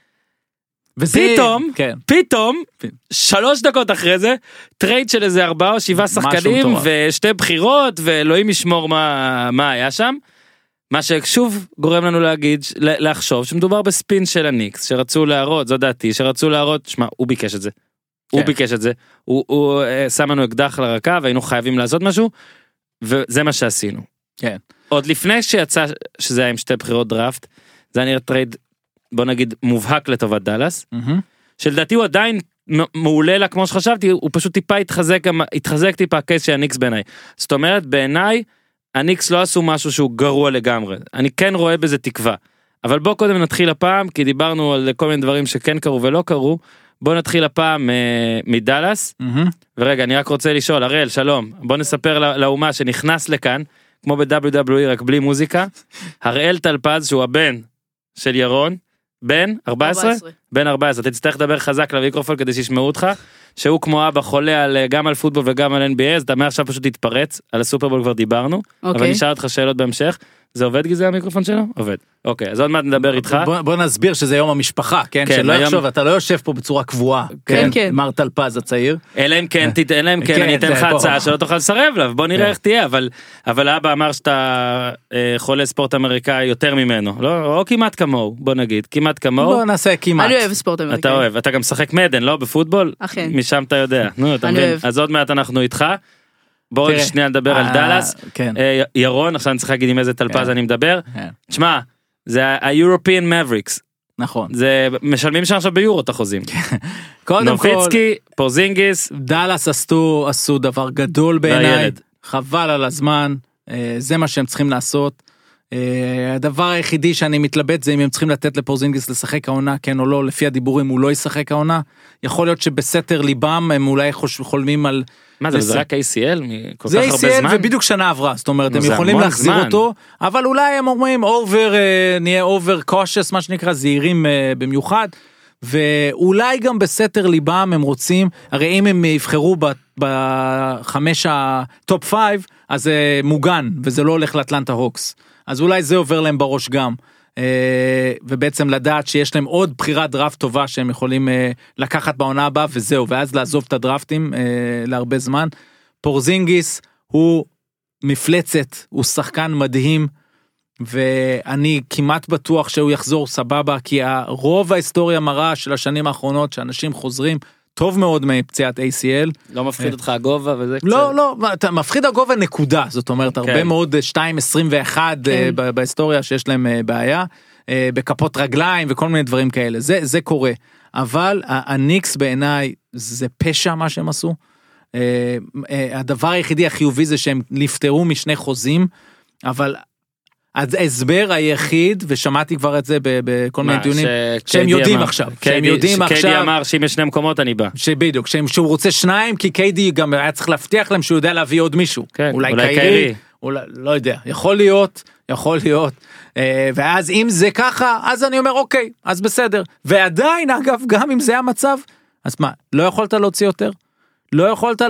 פתאום, 3 דקות אחרי זה, טרייד של איזה 4 או 7 שחקנים, ושתי בחירות, ואלוהים ישמור מה היה שם, מה ששוב גורם לנו לחשוב, שמדובר בספין של הניקס, שרצו להראות, זו דעתי, שרצו להראות, שמה, הוא ביקש את זה. הוא ביקש את זה, הוא שם לנו אקדח לרקה, והיינו חייבים לעשות משהו, וזה מה שעשינו. כן. עוד לפני שיצא שזה היה עם 2 בחירות דראפט, זה היה נראה טרייד, בוא נגיד, מובהק לטובת דלס, שלדעתי הוא עדיין מעולה לה כמו שחשבתי, הוא פשוט טיפה התחזק טיפה הקייס של הניקס בעיניי. זאת אומרת, בעיניי, הניקס לא עשו משהו שהוא גרוע לגמרי. אני כן רואה בזה תקווה. אבל בוא קודם נתחיל הפעם, כי דיברנו על כל מיני דברים שכן קרו ולא קרו, בוא נתחיל הפעם מדלס, ורגע, אני רק רוצה לשאול, הראל, שלום, בוא נספר לאומה שנכנס לכאן, כמו ב-WWE, רק בלי מוזיקה, הראל טלפז, שהוא הבן של ירון, בן 14? בן 14, אתה תצטרך לדבר חזק למיקרופון כדי שישמעו אותך, שהוא כמו אבא חולה גם על פוטבול וגם על NBA, אז אתה מעכשיו פשוט תתפרץ, על הסופרבול כבר דיברנו, אבל נשאר אותך שאלות בהמשך, זה עובד גיזי המיקרופון שלו? עובד. אוקיי, אז עוד מעט נדבר איתך. בוא נסביר שזה יום המשפחה, כן? שלא יחשוב, אתה לא יושב פה בצורה קבועה, כן? מר טלפז הצעיר. אלא אם כן, אני אתן לך הצעה שלא תוכל לסרב לה, בוא נראה איך תהיה, אבל אבא אמר שאתה חולה ספורט אמריקאי יותר ממנו, או כמעט כמוהו, בוא נגיד, כמעט כמוהו. בוא נעשה כמעט. אני אוהב ספורט אמריקאי. אתה אוהב, אתה גם משחק מדן, לא? בפוטבול? אכן. משם אתה יודע. נו, אתה מבין? אז עוד מעט אנחנו איתך. בואו שנייה נדבר על דלס. ירון, עכשיו אני צריך להגיד עם איזה טלפז אני מדבר. תשמע, זה ה-European Mavericks. נכון. זה משלמים שם עכשיו ביורו את החוזים. קודם כל, נופיצקי, פורזינגיס. דלס עשו דבר גדול בעיניי. חבל על הזמן. זה מה שהם צריכים לעשות. הדבר היחידי שאני מתלבט זה אם הם צריכים לתת לפורזינגיס לשחק העונה, כן או לא, לפי הדיבורים הוא לא ישחק העונה. יכול להיות שבסתר ליבם הם אולי חולמים על... מה זה רק ACL? כל כך זה הרבה ACL זמן? ובדיוק שנה עברה, זאת אומרת, הם יכולים להחזיר אותו, אבל אולי הם אומרים, נהיה over cautious, מה שנקרא, זהירים במיוחד, ואולי גם בסתר ליבם הם רוצים, הרי אם הם יבחרו בחמש הטופ 5, אז זה מוגן, וזה לא הולך לאטלנטה הוקס, אז אולי זה עובר להם בראש גם, ובעצם לדעת שיש להם עוד בחירת דראפט טובה שהם יכולים לקחת בעונה הבאה וזהו, ואז לעזוב את הדראפטים להרבה זמן. פורזינגיס הוא מפלצת, הוא שחקן מדהים, ואני כמעט בטוח שהוא יחזור סבבה, כי רוב ההיסטוריה מראה של השנים האחרונות שאנשים חוזרים טוב מאוד מפציעת ACL. לא מפחיד אותך הגובה וזה קצת? לא, אתה מפחיד הגובה נקודה, זאת אומרת, הרבה מאוד 2.21 בהיסטוריה שיש להם בעיה, בכפות רגליים וכל מיני דברים כאלה, זה קורה, אבל הניקס בעיניי זה פשע מה שהם עשו, הדבר היחידי החיובי זה שהם נפטרו משני חוזים, אבל ההסבר היחיד, ושמעתי כבר את זה בכל מיני דיונים, שהם יודעים עכשיו, שקיידי אמר שאם יש 2 מקומות אני בא. שבדיוק, שהוא רוצה 2, כי קיידי גם היה צריך להבטיח להם שהוא יודע להביא עוד מישהו. אולי קיירי, לא יודע, יכול להיות, ואז אם זה ככה, אז אני אומר אוקיי, אז בסדר, ועדיין אגב, גם אם זה המצב, אז מה, לא יכולת להוציא יותר? לא יכולת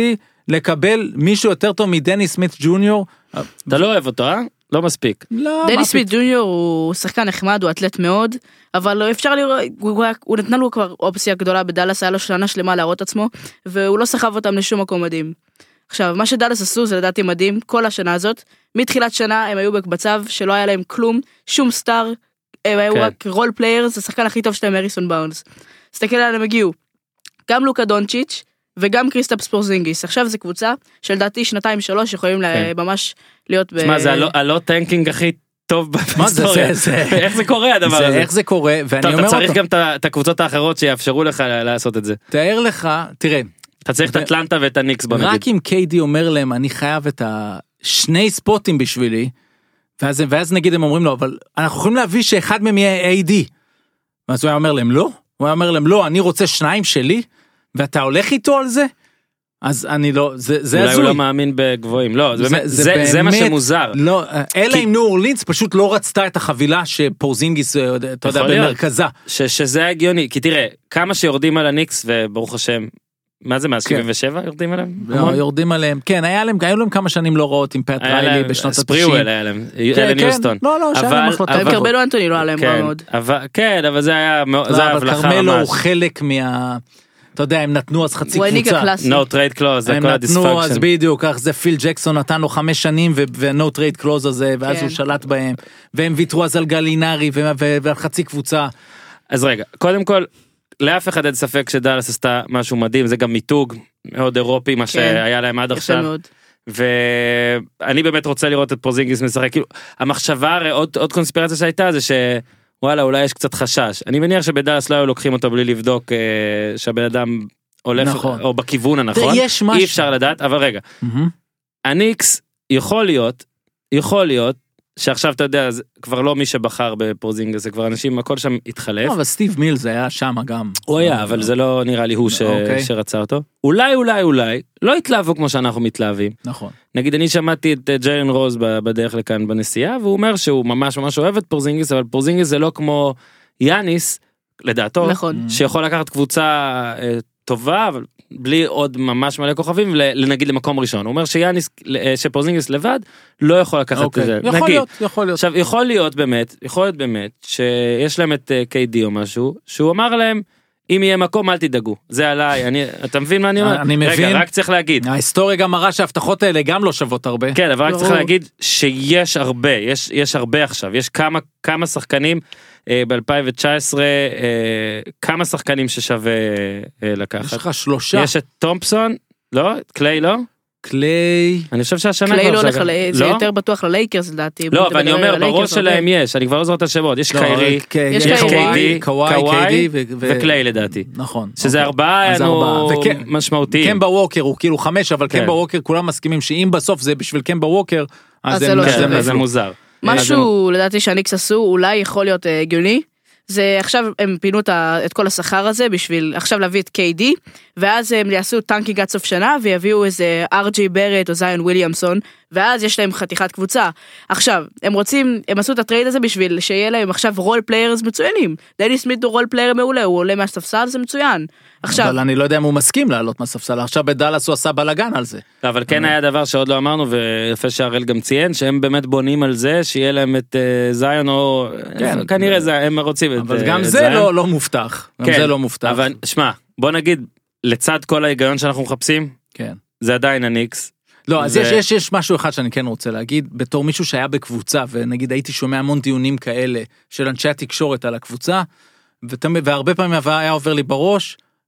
לקבל מישהו יותר טוב מדני סמית ג'וניור? אתה לא אוהב אותו, לא מספיק. דני סמית ג'וניור הוא שחקן נחמד, הוא אתלט מאוד, אבל אפשר לראות, הוא נתנה לו כבר אופציה גדולה בדלס, היה לו שנה שלמה להראות עצמו, והוא לא סחב אותם לשום מקום מדהים. עכשיו, מה שדלס עשו זה לדעתי מדהים, כל השנה הזאת, מתחילת שנה הם היו במצב שלא היה להם כלום, שום סטאר, הם היו רק רול פליירס, השחקן הכי טוב שלהם אריסון באונס. תסתכל עליהם הגיעו, גם לוקה דונצ'יץ' וגם קריסטאפס פורזינגיס, עכשיו זה קבוצה שלדעתי 2-3 יכולים ממש להיות תשמע, זה הלא טנקינג הכי טוב בהיסטוריה. איך זה קורה הדבר הזה? איך זה קורה, ואני אומר אתה צריך גם את הקבוצות האחרות שיאפשרו לך לעשות את זה. תאר לך, תראה. אתה צריך את אטלנטה ואת הניקס בוא נגיד. רק אם קיידי אומר להם, אני חייב את 2 ספוטים בשבילי, ואז נגיד הם אומרים לו, אבל אנחנו יכולים להביא שאחד מהם יהיה AD. ואז הוא היה אומר להם, לא. הוא היה אומר להם, לא, אני רוצה 2 שלי, ואתה הולך איתו על זה? אז אני לא, זה הזוי. אולי הוא לא מאמין בגבוהים, לא, זה מה שמוזר. לא, אלא אם ניו אורלינס פשוט לא רצתה את החבילה שפורזינגיס, אתה יודע, במרכזה. שזה הגיוני, כי תראה, כמה שיורדים על הניקס, וברוך השם, מה זה, 177 יורדים עליהם? לא, יורדים עליהם, כן, היו להם כמה שנים לא ראות עם פט ריילי בשנות ה-90. ספריואל היה להם, אלן יוסטון. לא, שהיה להם החלטה. קרמלו אנטוני לא היה להם רע מאוד. כן, אבל זה היה הבלחה ממש. קרמלו הוא חלק אתה יודע, הם נתנו אז חצי קבוצה. No trade clause, זה כל הדיספקשן. הם נתנו אז בדיוק, כך זה פיל ג'קסון נתן לו 5 שנים, ו-no trade clause הזה, ואז הוא שלט בהם, והם ויתרו אז על גלינרי, ועל חצי קבוצה. אז רגע, קודם כל, לאף אחד אין ספק שדלס עשתה משהו מדהים, זה גם מיתוג מאוד אירופי, מה שהיה להם עד עכשיו. ואני באמת רוצה לראות את פורזינגיס משחק, כאילו, המחשבה, הרי עוד קונספירציה שהייתה, זה וואלה, אולי יש קצת חשש. אני מניח שבדלס לא היו לוקחים אותו בלי לבדוק שהבן אדם הולך, נכון. או בכיוון הנכון. אי אפשר לדעת, אבל רגע. הניקס יכול להיות, שעכשיו אתה יודע, זה כבר לא מי שבחר בפורזינגס, זה כבר אנשים, הכל שם התחלף. אבל סטיב מילס היה שם גם. הוא היה, אבל זה לא נראה לי הוא שרצה אותו. אולי, לא התלהבו כמו שאנחנו מתלהבים. נכון. נגיד, אני שמעתי את ג'יילן רוז בדרך לכאן בנסיעה, והוא אומר שהוא ממש ממש אוהב את פורזינגס, אבל פורזינגס זה לא כמו יאניס, לדעתו, שיכול לקחת קבוצה טובה, אבל בלי עוד ממש מלא כוכבים, לנגיד למקום ראשון. הוא אומר שפורזינגס לבד, לא יכול לקחת את זה. יכול להיות. עכשיו, יכול להיות באמת, שיש להם את KD או משהו, שהוא אמר להם, אם יהיה מקום, אל תדאגו. זה עליי, אתה מבין מה אני אומר? אני מבין. רגע, רק צריך להגיד. ההיסטוריה גם מראה שההבטחות האלה גם לא שוות הרבה. כן, אבל רק צריך להגיד שיש הרבה, יש הרבה עכשיו. יש כמה שחקנים, ב-2019, כמה שחקנים ששווה לקחת. יש לך 3. יש את תומפסון, לא? קליי לא? קליי. אני חושב שהשנה קליי לא הולך, זה יותר בטוח ללייקרס לדעתי. לא, אבל אני אומר, בראש שלהם יש, אני כבר לא זוכר את השמות, יש קיירי, יש קוואי, וקליי לדעתי. נכון. שזה 4 משמעותיים. קמבה ווקר הוא כאילו 5, אבל קמבה ווקר כולם מסכימים שאם בסוף זה בשביל קמבה ווקר, אז זה מוזר. משהו לדעתי שהניקס עשו, אולי יכול להיות הגיוני, זה עכשיו הם פינו את כל השכר הזה בשביל עכשיו להביא את KD, ואז הם יעשו טנקינג עד סוף שנה, ויביאו איזה RJ ברט או זיון וויליאמסון, ואז יש להם חתיכת קבוצה. עכשיו, הם עשו את הטרייד הזה בשביל שיהיה להם עכשיו רול פליירס מצוינים. דני סמית הוא רול פלייר מעולה, הוא עולה מהספסל, זה מצוין. עכשיו, אבל אני לא יודע אם הוא מסכים לעלות מהספסל, עכשיו בדלס הוא עשה בלגן על זה. אבל כן היה דבר שעוד לא אמרנו, ויפה שהראל גם ציין, שהם באמת בונים על זה, שיהיה להם את זיון או... כנראה זה, הם רוצים את זיון. אבל גם זה לא מובטח. גם זה לא מובטח. אבל שמע, בוא נגיד, לצד כל ההיגיון שאנחנו מחפשים, זה עדיין הניקס. לא, אז יש משהו אחד שאני כן רוצה להגיד, בתור מישהו שהיה בקבוצה, ונגיד הייתי שומע המון דיונים כאלה, של אנשי התקשורת על הקבוצה, והרבה פעמים היה עובר לי בראש,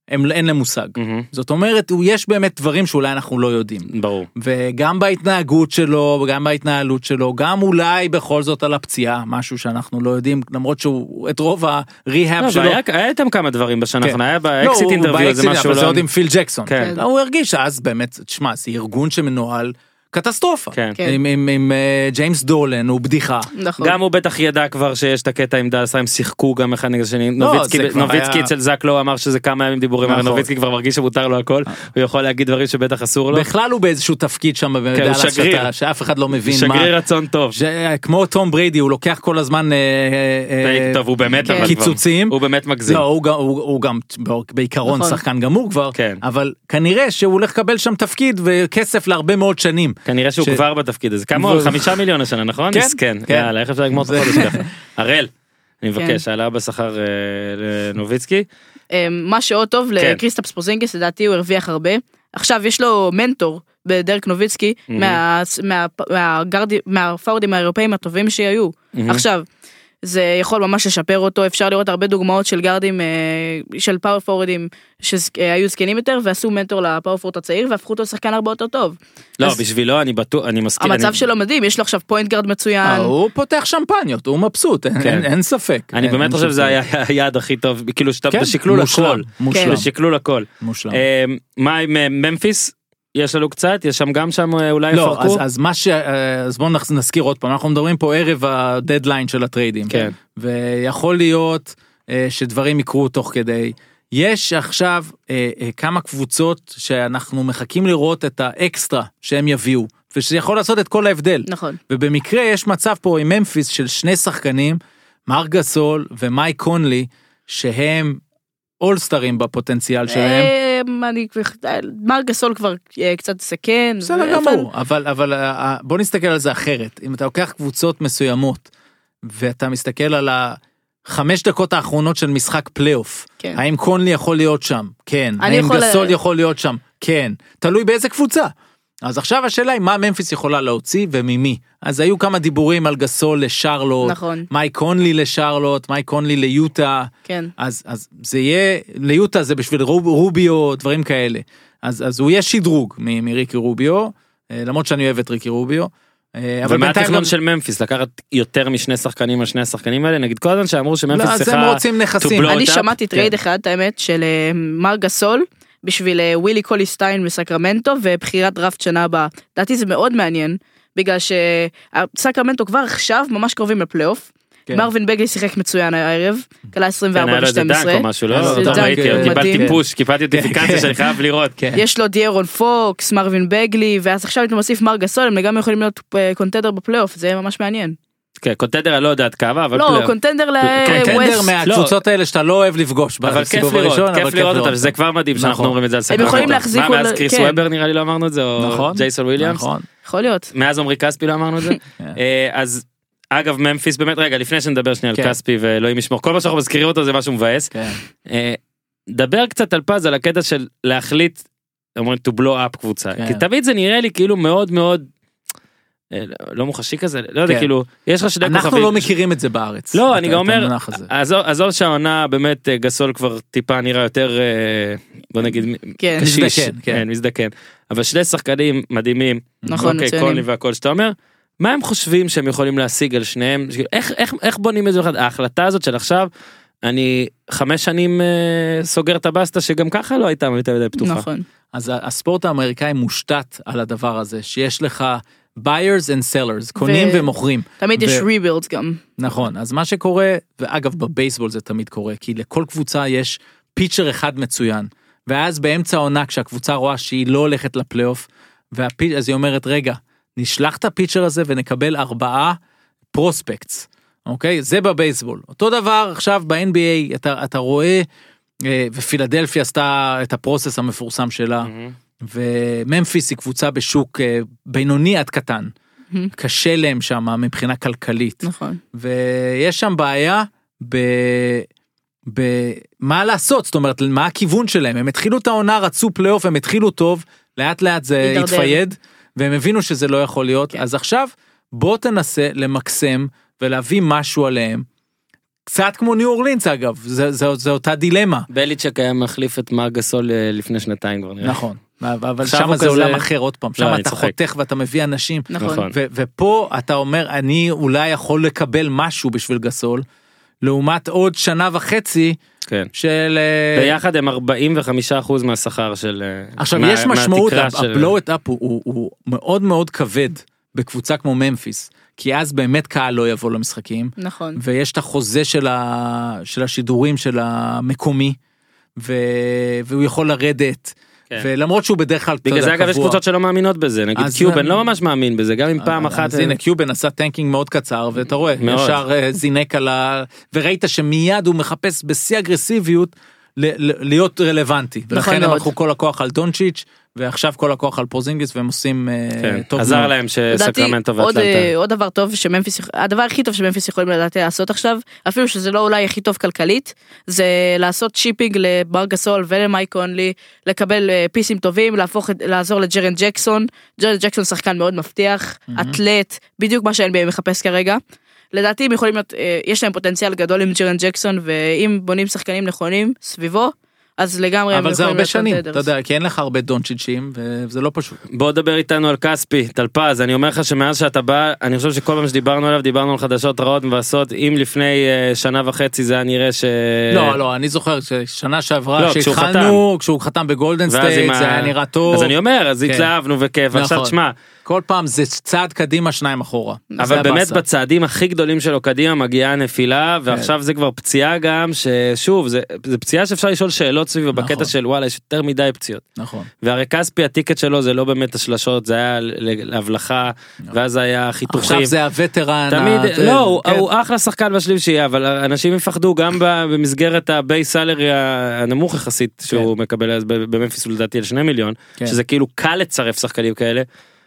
אין להם מושג. זאת אומרת, יש באמת דברים שאולי אנחנו לא יודעים. ברור. וגם בהתנהגות שלו, וגם בהתנהלות שלו, גם אולי בכל זאת על הפציעה, משהו שאנחנו לא יודעים, למרות שהוא, את רוב הריהאב שלו. היה איתם כמה דברים בשנה, כן. היה באקסיט אינטרוויו, זה משהו אבל זה עוד עם פיל ג'קסון. כן. הוא הרגיש אז באמת, תשמע, זה ארגון שמנוהל קטסטרופה. כן. עם ג'יימס דולן, הוא בדיחה. נכון. גם הוא בטח ידע כבר שיש את הקטע עם דלס, הם שיחקו גם אחד נגד השני. לא, זה כבר נוביצקי היה- אצל זק לא אמר שזה כמה ימים דיבורים, אבל נכון. נוביצקי כבר מרגיש שמותר לו הכל, הוא יכול להגיד דברים שבטח אסור לו. בכלל הוא באיזשהו תפקיד שם, בדאלאס, שגריר. שאף אחד לא מבין מה. שגריר רצון טוב. כמו תום בריידי, הוא לוקח כל הזמן טוב, הוא באמת אבל כבר- קיצוצים. הוא באמת מגזים. לא, הוא גם בעיקרון נכון. שחקן גמור כבר, כן. אבל כנראה שהוא הולך לקבל שם תפקיד וכסף להרבה מאוד שנים. כנראה שהוא כבר בתפקיד הזה. כמה עוד? 5 מיליון השנה, נכון? כן, מסכן. כן. יאללה, איך אפשר לגמור את החודש ככה? הראל, אני כן. מבקש, העלה בשכר לנוביצקי. מה שעוד טוב כן. לקריסטפס פוזינגיס, לדעתי הוא הרוויח הרבה. עכשיו יש לו מנטור בדרק נוביצקי, מהפאורדים האירופאים הטובים שהיו. עכשיו, זה יכול ממש לשפר אותו, אפשר לראות הרבה דוגמאות של גארדים, של פאור פורדים שהיו זקנים יותר, ועשו מנטור לפאור פורד הצעיר, והפכו אותו לשחקן הרבה יותר טוב. לא, אז בשבילו אני בטוח, אני מסכים. המצב שלו מדהים, יש לו עכשיו פוינט גארד מצוין. הוא פותח שמפניות, הוא מבסוט, אין ספק. אני באמת חושב שזה היה היעד הכי טוב, כאילו שאתה בשקלול הכל. מושלם. בשקלול הכל. מושלם. מה עם ממפיס? יש לנו קצת, יש שם אולי לא, יפרקו? אז בואו נזכיר עוד פעם, אנחנו מדברים פה ערב הדדליין של הטריידים. כן. ויכול להיות שדברים יקרו תוך כדי. יש עכשיו כמה קבוצות שאנחנו מחכים לראות את האקסטרה שהם יביאו, ושזה יכול לעשות את כל ההבדל. נכון. ובמקרה יש מצב פה עם ממפיס של שני שחקנים, מרק גסול ומייק קונלי, שהם אולסטרים בפוטנציאל שלהם. מרק גסול כבר קצת סכן. בסדר גמור, אבל בוא נסתכל על זה אחרת. אם אתה לוקח קבוצות מסוימות, ואתה מסתכל על 5 דקות האחרונות של משחק פלייאוף, כן. האם קונלי יכול להיות שם? כן. האם יכול גסול יכול להיות שם? כן. תלוי באיזה קבוצה. אז עכשיו השאלה היא מה ממפיס יכולה להוציא וממי. אז היו כמה דיבורים על גסול לשרלוט, נכון. מייק קונלי לשרלוט, מייק קונלי ליוטה. כן. אז זה יהיה, ליוטה זה בשביל רוביו, דברים כאלה. אז הוא יהיה שדרוג מריקי רוביו, למרות שאני אוהב את ריקי רוביו. ומה התכנון של ממפיס? לקחת יותר משני שחקנים על שני השחקנים האלה? נגיד כל הזמן שאמרו שממפיס לא, צריכה... הם רוצים נכסים. אני שמעתי טרייד אחד, האמת, של מרק גסול, בשביל ווילי קוליסטיין מסקרמנטו, ובחירת דראפט שנה הבאה. לדעתי זה מאוד מעניין, בגלל שסקרמנטו כבר עכשיו ממש קרובים לפלייאוף. מרווין בגלי שיחק מצוין הערב, כלה 24 היה לו איזה דנק או משהו, לא? קיבלתי פוש, קיבלתי נוטיפיקציה שאני חייב לראות. יש לו דיירון פוקס, מרווין בגלי, ואז עכשיו אתה מוסיף מרק גסול, הם גם יכולים להיות קונטנדר בפלייאוף, זה ממש מעניין. כן, קונטנדר אני לא יודעת כמה, אבל... לא, קונטנדר קונטנדר מהקבוצות האלה שאתה לא אוהב לפגוש בסיבוב הראשון, כיף לראות אותם, זה כבר מדהים שאנחנו אומרים את זה על סקרמנטו. הם יכולים להחזיק... מה, מאז קריס וובר נראה לי לא אמרנו את זה, או ג'ייסון וויליאמס? יכול להיות. מאז עומרי כספי לא אמרנו את זה? אז אגב ממפיס באמת, רגע, לפני שנדבר שנייה על כספי ואלוהים ישמור, כל מה שאנחנו מזכירים אותו זה משהו מבאס. דבר קצת על פז על הקטע של להחליט, אומרים to blow up קבוצה, כי תמיד זה נראה לי כאילו מאוד מאוד לא מוחשי כזה, לא יודע, כאילו, יש לך שני כוכבים. אנחנו לא מכירים את זה בארץ. לא, אני גם אומר, עזוב שהעונה באמת גסול כבר טיפה נראה יותר, בוא נגיד, קשיש, מזדקן, אבל שני שחקנים מדהימים, נכון, מצוינים. קונלי והכל שאתה אומר, מה הם חושבים שהם יכולים להשיג על שניהם, איך בונים את זה? ההחלטה הזאת של עכשיו, אני 5 שנים סוגר את הבסטה שגם ככה לא הייתה מדי פתוחה. נכון. אז הספורט האמריקאי מושתת על הדבר הזה, שיש לך buyers and sellers, קונים ומוכרים. תמיד יש rebuilds גם. נכון, אז מה שקורה, ואגב בבייסבול זה תמיד קורה, כי לכל קבוצה יש פיצ'ר אחד מצוין, ואז באמצע העונה כשהקבוצה רואה שהיא לא הולכת לפלייאוף, אז היא אומרת רגע, נשלח את הפיצ'ר הזה ונקבל 4 פרוספקטס, אוקיי? זה בבייסבול. אותו דבר עכשיו ב-NBA, אתה רואה, ופילדלפיה עשתה את הפרוסס המפורסם שלה, וממפיס היא קבוצה בשוק בינוני עד קטן, קשה להם שם מבחינה כלכלית, נכון. ויש שם בעיה במה לעשות, זאת אומרת, מה הכיוון שלהם, הם התחילו את העונה, רצו פלייאוף, הם התחילו טוב, לאט לאט זה התפייד, והם הבינו שזה לא יכול להיות, אז עכשיו בוא תנסה למקסם ולהביא משהו עליהם, קצת כמו ניו אורלינס אגב, זה אותה דילמה. בליצ'ק היה מחליף את מר גסול לפני שנתיים כבר נראה. נכון, אבל עכשיו שם הוא זה כזה- עולם אחר עוד פעם, שם לא, אני אתה צוחק. חותך ואתה מביא אנשים, נכון. ופה אתה אומר, אני אולי יכול לקבל משהו בשביל גסול, לעומת עוד שנה וחצי כן. של... ביחד הם 45% מהשכר של... עכשיו מה- יש משמעות, מהתקרה של- ה-blow it up הוא מאוד מאוד כבד בקבוצה כמו ממפיס, כי אז באמת קהל לא יבוא למשחקים, נכון. ויש את החוזה של השידורים של המקומי, והוא יכול לרדת, כן. ולמרות שהוא בדרך כלל, אתה בגלל זה יודע, אגב יש קבוע. קבוצות שלא מאמינות בזה, נגיד אז קיובן אני- לא ממש מאמין בזה, גם אם פעם אחת... אז הנה קיובן עשה טנקינג מאוד קצר, ואתה רואה, מאוד. ישר זינק על ה... וראית שמיד הוא מחפש בשיא אגרסיביות להיות רלוונטי, ולכן הם מאוד. לקחו כל הכוח על דונצ'יץ', ועכשיו כל הכוח על פרוזינגיס, והם עושים כן, טוב עזר מאוד. להם לדעתי, שסקרמנטו עוד, ואטלנטה. עוד דבר טוב שממפיס, הדבר הכי טוב שממפיס יכולים לדעתי לעשות עכשיו, אפילו שזה לא אולי הכי טוב כלכלית, זה לעשות שיפינג לבר גסול ולמייק קונלי, לקבל פיסים טובים, לעזור לג'רן ג'קסון, ג'רן ג'קסון שחקן מאוד מבטיח, אתלט, בדיוק מה שה-NBA מחפש כרגע. לדעתי הם יכולים להיות, יש להם פוטנציאל גדול עם ג'רן ג'קסון, ואם בונים שחקנים נכונים סביבו, אז לגמרי הם אבל זה יכולים הרבה להיות שנים, contenders. אתה יודע, כי אין לך הרבה דונצ'יצ'ים, וזה לא פשוט. בוא דבר איתנו על כספי, טלפז, אני אומר לך שמאז שאתה בא, אני חושב שכל פעם שדיברנו עליו, דיברנו על חדשות רעות מבאסות, אם לפני שנה וחצי זה היה נראה ש... לא, אני זוכר ששנה שעברה, לא, כשהוא שהתחלנו, כשהוא חתם בגולדן ואז סטייט, עם זה היה נראה טוב. אז אני אומר, אז כן. התלהבנו וכיף, ועכשיו נכון. תשמע, כל פעם זה צעד קדימה, שניים אחורה. זה אבל באמת הבאסה. בצעדים הכי גדולים שלו קדימה מגיעה הנפילה, ועכשיו זה כבר פציעה גם, ששוב, זה פציעה שאפשר לשאול שאלות סביבה, נכון. בקטע של וואלה, יש יותר מדי פציעות. נכון. והרי כספי הטיקט שלו זה לא באמת השלשות, זה היה להבלחה, ואז היה חיתוכים. עכשיו זה הווטרן. תמיד, זה- לא, כן. הוא אחלה שחקן בשלים שיהיה, אבל אנשים יפחדו גם במסגרת הבייס סלרי הנמוך יחסית שהוא מקבל אז בממפיס הוא לדעתי על 2 מיליון, כן. שזה כאילו קל לצרף שחקנים כאלה.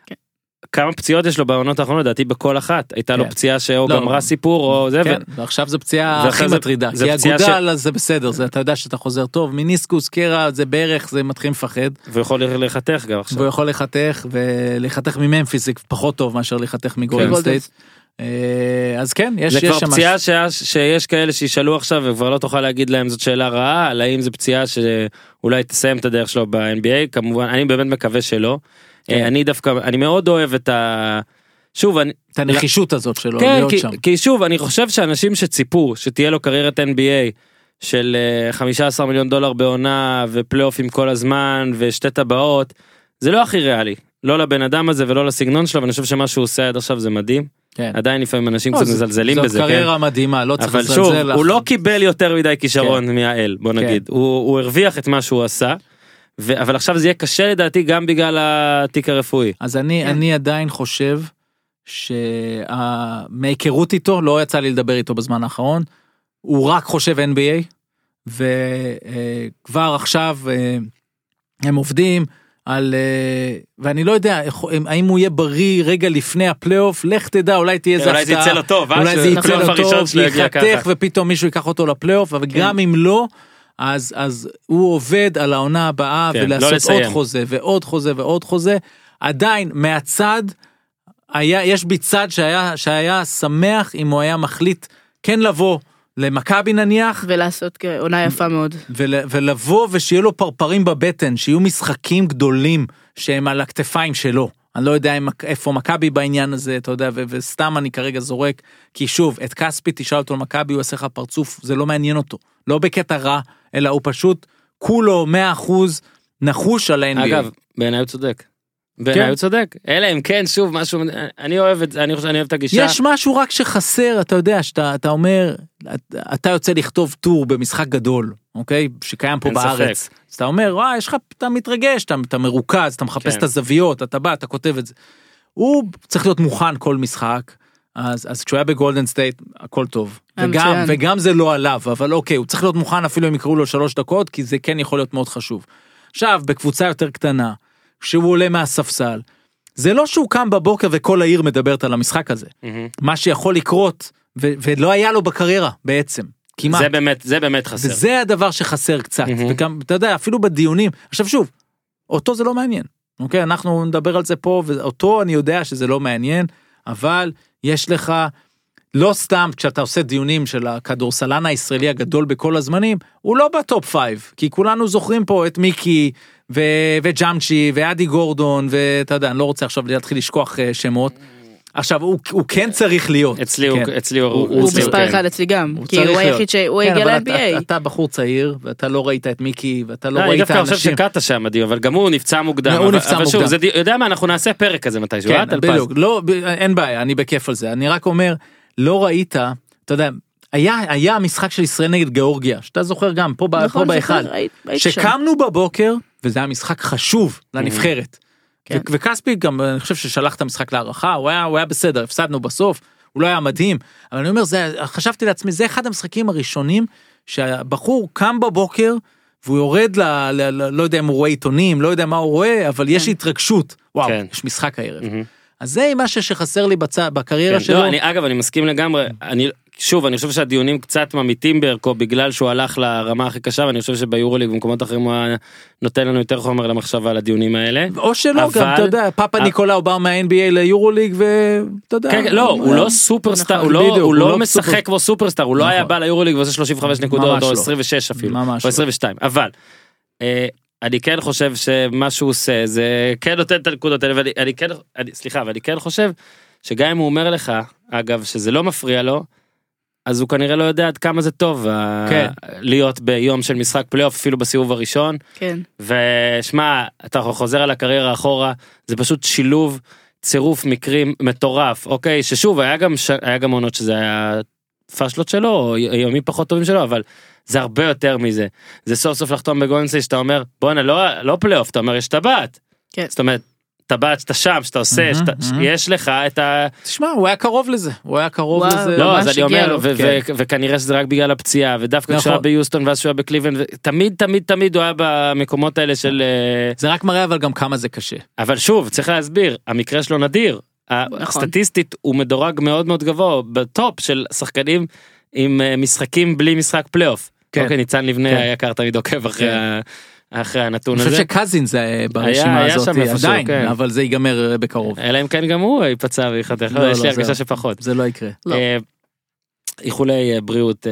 כמה פציעות יש לו בעונות האחרונות, לדעתי בכל אחת, הייתה לו כן. פציעה שאו לא. גמרה סיפור או זה, כן, ועכשיו זה פציעה ועכשיו הכי זה- מטרידה, זה כי פציעה אגודל אז זה בסדר, זה אתה יודע שאתה חוזר טוב, מיניסקוס, קרע, זה בערך, זה מתחיל לפחד, והוא יכול לחתך גם עכשיו. והוא יכול לחתך, ולחתך מממפיס זה פחות טוב מאשר לחתך מגולדן כן. סטייט. אז כן, יש זה כבר שם פציעה שיש כאלה שישאלו עכשיו וכבר לא תוכל להגיד להם זאת שאלה רעה, על האם זה פציעה שאולי תסיים את הדרך שלו ב-NBA, כמובן אני באמת מקווה שלא. כן. אני דווקא, אני מאוד אוהב את ה... שוב, את הנחישות הזאת שלו, כן, להיות שם. כי שוב, אני חושב שאנשים שציפו שתהיה לו קריירת NBA של 15 מיליון דולר בעונה ופלייאופים כל הזמן ושתי טבעות, זה לא הכי ריאלי. לא לבן אדם הזה ולא לסגנון שלו, ואני חושב שמה שהוא עושה עד עכשיו זה מדהים. כן. עדיין לפעמים אנשים קצת לא, מזלזלים זאת בזה, כן? קריירה מדהימה, לא צריך אבל שוב, לזלזל. הוא לא קיבל יותר מדי כישרון מהאל, בוא נגיד. הוא הרוויח את מה שהוא עשה, אבל עכשיו זה יהיה קשה לדעתי גם בגלל התיק הרפואי. אז אני עדיין חושב מהיכרות איתו, לא יצא לי לדבר איתו בזמן האחרון, הוא רק חושב NBA, וכבר עכשיו הם עובדים על, ואני לא יודע, האם הוא יהיה בריא רגע לפני הפלייאוף, לך תדע, אולי תהיה איזה אולי זה יצא לו טוב, אולי זה יצא הפלייאוף לו הראשון טוב, שלו יגיע ייחתך ככה. ופתאום מישהו ייקח אותו לפלייאוף, אבל גם אם לא, אז הוא עובד על העונה הבאה, כן, לא ולעשות לסיים. עוד חוזה ועוד חוזה ועוד חוזה, עדיין מהצד, יש בי צד שהיה שמח אם הוא היה מחליט כן לבוא למכבי נניח, ולעשות עונה יפה מאוד. ולבוא ושיהיה לו פרפרים בבטן, שיהיו משחקים גדולים שהם על הכתפיים שלו. אני לא יודע איפה מכבי בעניין הזה, אתה יודע, וסתם אני כרגע זורק, כי שוב, את כספי תשאל אותו למכבי, הוא יעשה לך פרצוף, זה לא מעניין אותו. לא בקטע רע, אלא הוא פשוט כולו 100% נחוש על ה-NBA. אגב, בעיניי הוא צודק. בעיניי הוא צודק. אלא אם כן, שוב, משהו, אני אוהב את זה, אני חושב שאני אוהב את הגישה. יש משהו רק שחסר, אתה יודע, שאתה אומר, אתה יוצא לכתוב טור במשחק גדול, אוקיי? שקיים פה אין בארץ. ספק. אז אתה אומר, וואי, אתה מתרגש, אתה מרוכז, אתה מחפש כן. את הזוויות, אתה בא, אתה כותב את זה. הוא צריך להיות מוכן כל משחק, אז כשהוא היה בגולדן סטייט, הכל טוב. וגם זה לא עליו, אבל אוקיי, הוא צריך להיות מוכן אפילו אם יקראו לו 3 דקות, כי זה כן יכול להיות מאוד חשוב. עכשיו, בקבוצה יותר קטנה, שהוא עולה מהספסל, זה לא שהוא קם בבוקר וכל העיר מדברת על המשחק הזה. מה שיכול לקרות, ולא היה לו בקריירה בעצם, כמעט. זה באמת חסר. וזה הדבר שחסר קצת, וגם, אתה יודע, אפילו בדיונים, עכשיו שוב, אותו זה לא מעניין, אוקיי? אנחנו נדבר על זה פה, ואותו אני יודע שזה לא מעניין, אבל יש לך לא סתם כשאתה עושה דיונים של הכדורסלן הישראלי הגדול בכל הזמנים, הוא לא בטופ 5, כי כולנו זוכרים פה את מיקי וג'אמצ'י ואדי גורדון, ואתה יודע, אני לא רוצה עכשיו להתחיל לשכוח שמות, עכשיו הוא כן צריך להיות. אצלי הוא מספר אחד אצלי גם, כי הוא היחיד שהוא הגיע ל-NBA. אתה בחור צעיר, ואתה לא ראית את מיקי, ואתה לא ראית אנשים. אני אנשים. חושב שקטה שם מדהים, אבל גם הוא נפצע מוקדם. הוא נפצע מוקדם. יודע מה, אנחנו נעשה פרק כזה מתישהו, לא, אין בעיה, אני בכיף על זה. אני רק אומר, לא ראית, אתה יודע, היה המשחק של ישראל נגד גיאורגיה, שאתה זוכר גם, פה באחד, שקמנו בבוקר, וזה היה משחק חשוב לנבחרת. וכספי גם, אני חושב ששלח את המשחק להערכה, הוא היה בסדר, הפסדנו בסוף, הוא לא היה מדהים, אבל אני אומר, חשבתי לעצמי, זה אחד המשחקים הראשונים, שהבחור קם בבוקר, והוא יורד לא יודע אם הוא רואה עיתונים, לא יודע מה הוא רואה, אבל יש התרגשות, וואו, יש משחק הערב. אז זה משהו שחסר לי בקריירה שלו. אגב, אני מסכים לגמרי, שוב, אני חושב שהדיונים קצת ממיתים בערכו, בגלל שהוא הלך לרמה הכי קשה, ואני חושב שביורוליג ובמקומות אחרים הוא נותן לנו יותר חומר למחשבה על הדיונים האלה. או שלא, גם, אתה יודע, פאפה ניקולאו בא מה-NBA ליורוליג, ואתה יודע. כן, לא, הוא לא סופרסטאר, הוא לא משחק כמו סופרסטאר, הוא לא היה בא ליורוליג ועושה 35 נקודות, או 26 אפילו, או 22, אבל אני כן חושב שמה שהוא עושה, זה כן נותן את הנקודות האלה, ואני כן חושב שגם אם הוא אומר לך, אגב, שזה לא מפריע לו, אז הוא כנראה לא יודע עד כמה זה טוב להיות ביום של משחק פלייאוף, אפילו בסיבוב הראשון. כן. ושמע, אתה חוזר על הקריירה אחורה, זה פשוט שילוב, צירוף מקרים מטורף, אוקיי? ששוב, היה גם עונות שזה היה פשלות שלו, או יומים פחות טובים שלו, אבל זה הרבה יותר מזה. זה סוף סוף לחתום בגולדן, שאתה אומר, בוא'נה, לא פלייאוף, אתה אומר, יש טבעת. כן. זאת אומרת, טבעת, שאתה שם, שאתה עושה, יש לך את ה... תשמע, הוא היה קרוב לזה, לא, אז אני אומר, וכנראה שזה רק בגלל הפציעה, ודווקא כשהוא היה ביוסטון, ואז שהוא היה בקליבלנד, תמיד הוא היה במקומות האלה של... זה רק מראה אבל גם כמה זה קשה. אבל שוב, צריך להסביר, המקרה שלו נדיר, הסטטיסטית הוא מדורג מאוד מאוד גבוה, בטופ של שחקנים עם משחקים בלי משחק פלייאוף. אוקיי, ניצן לבנה היקר תמיד עוקב אחרי הנתון הזה. אני חושב שקזין זה ברשימה הזאת עדיין, אבל זה ייגמר בקרוב. אלא אם כן גם הוא ייפצע ויחתך, יש לי הרגשה שפחות. זה לא יקרה. איחולי בריאות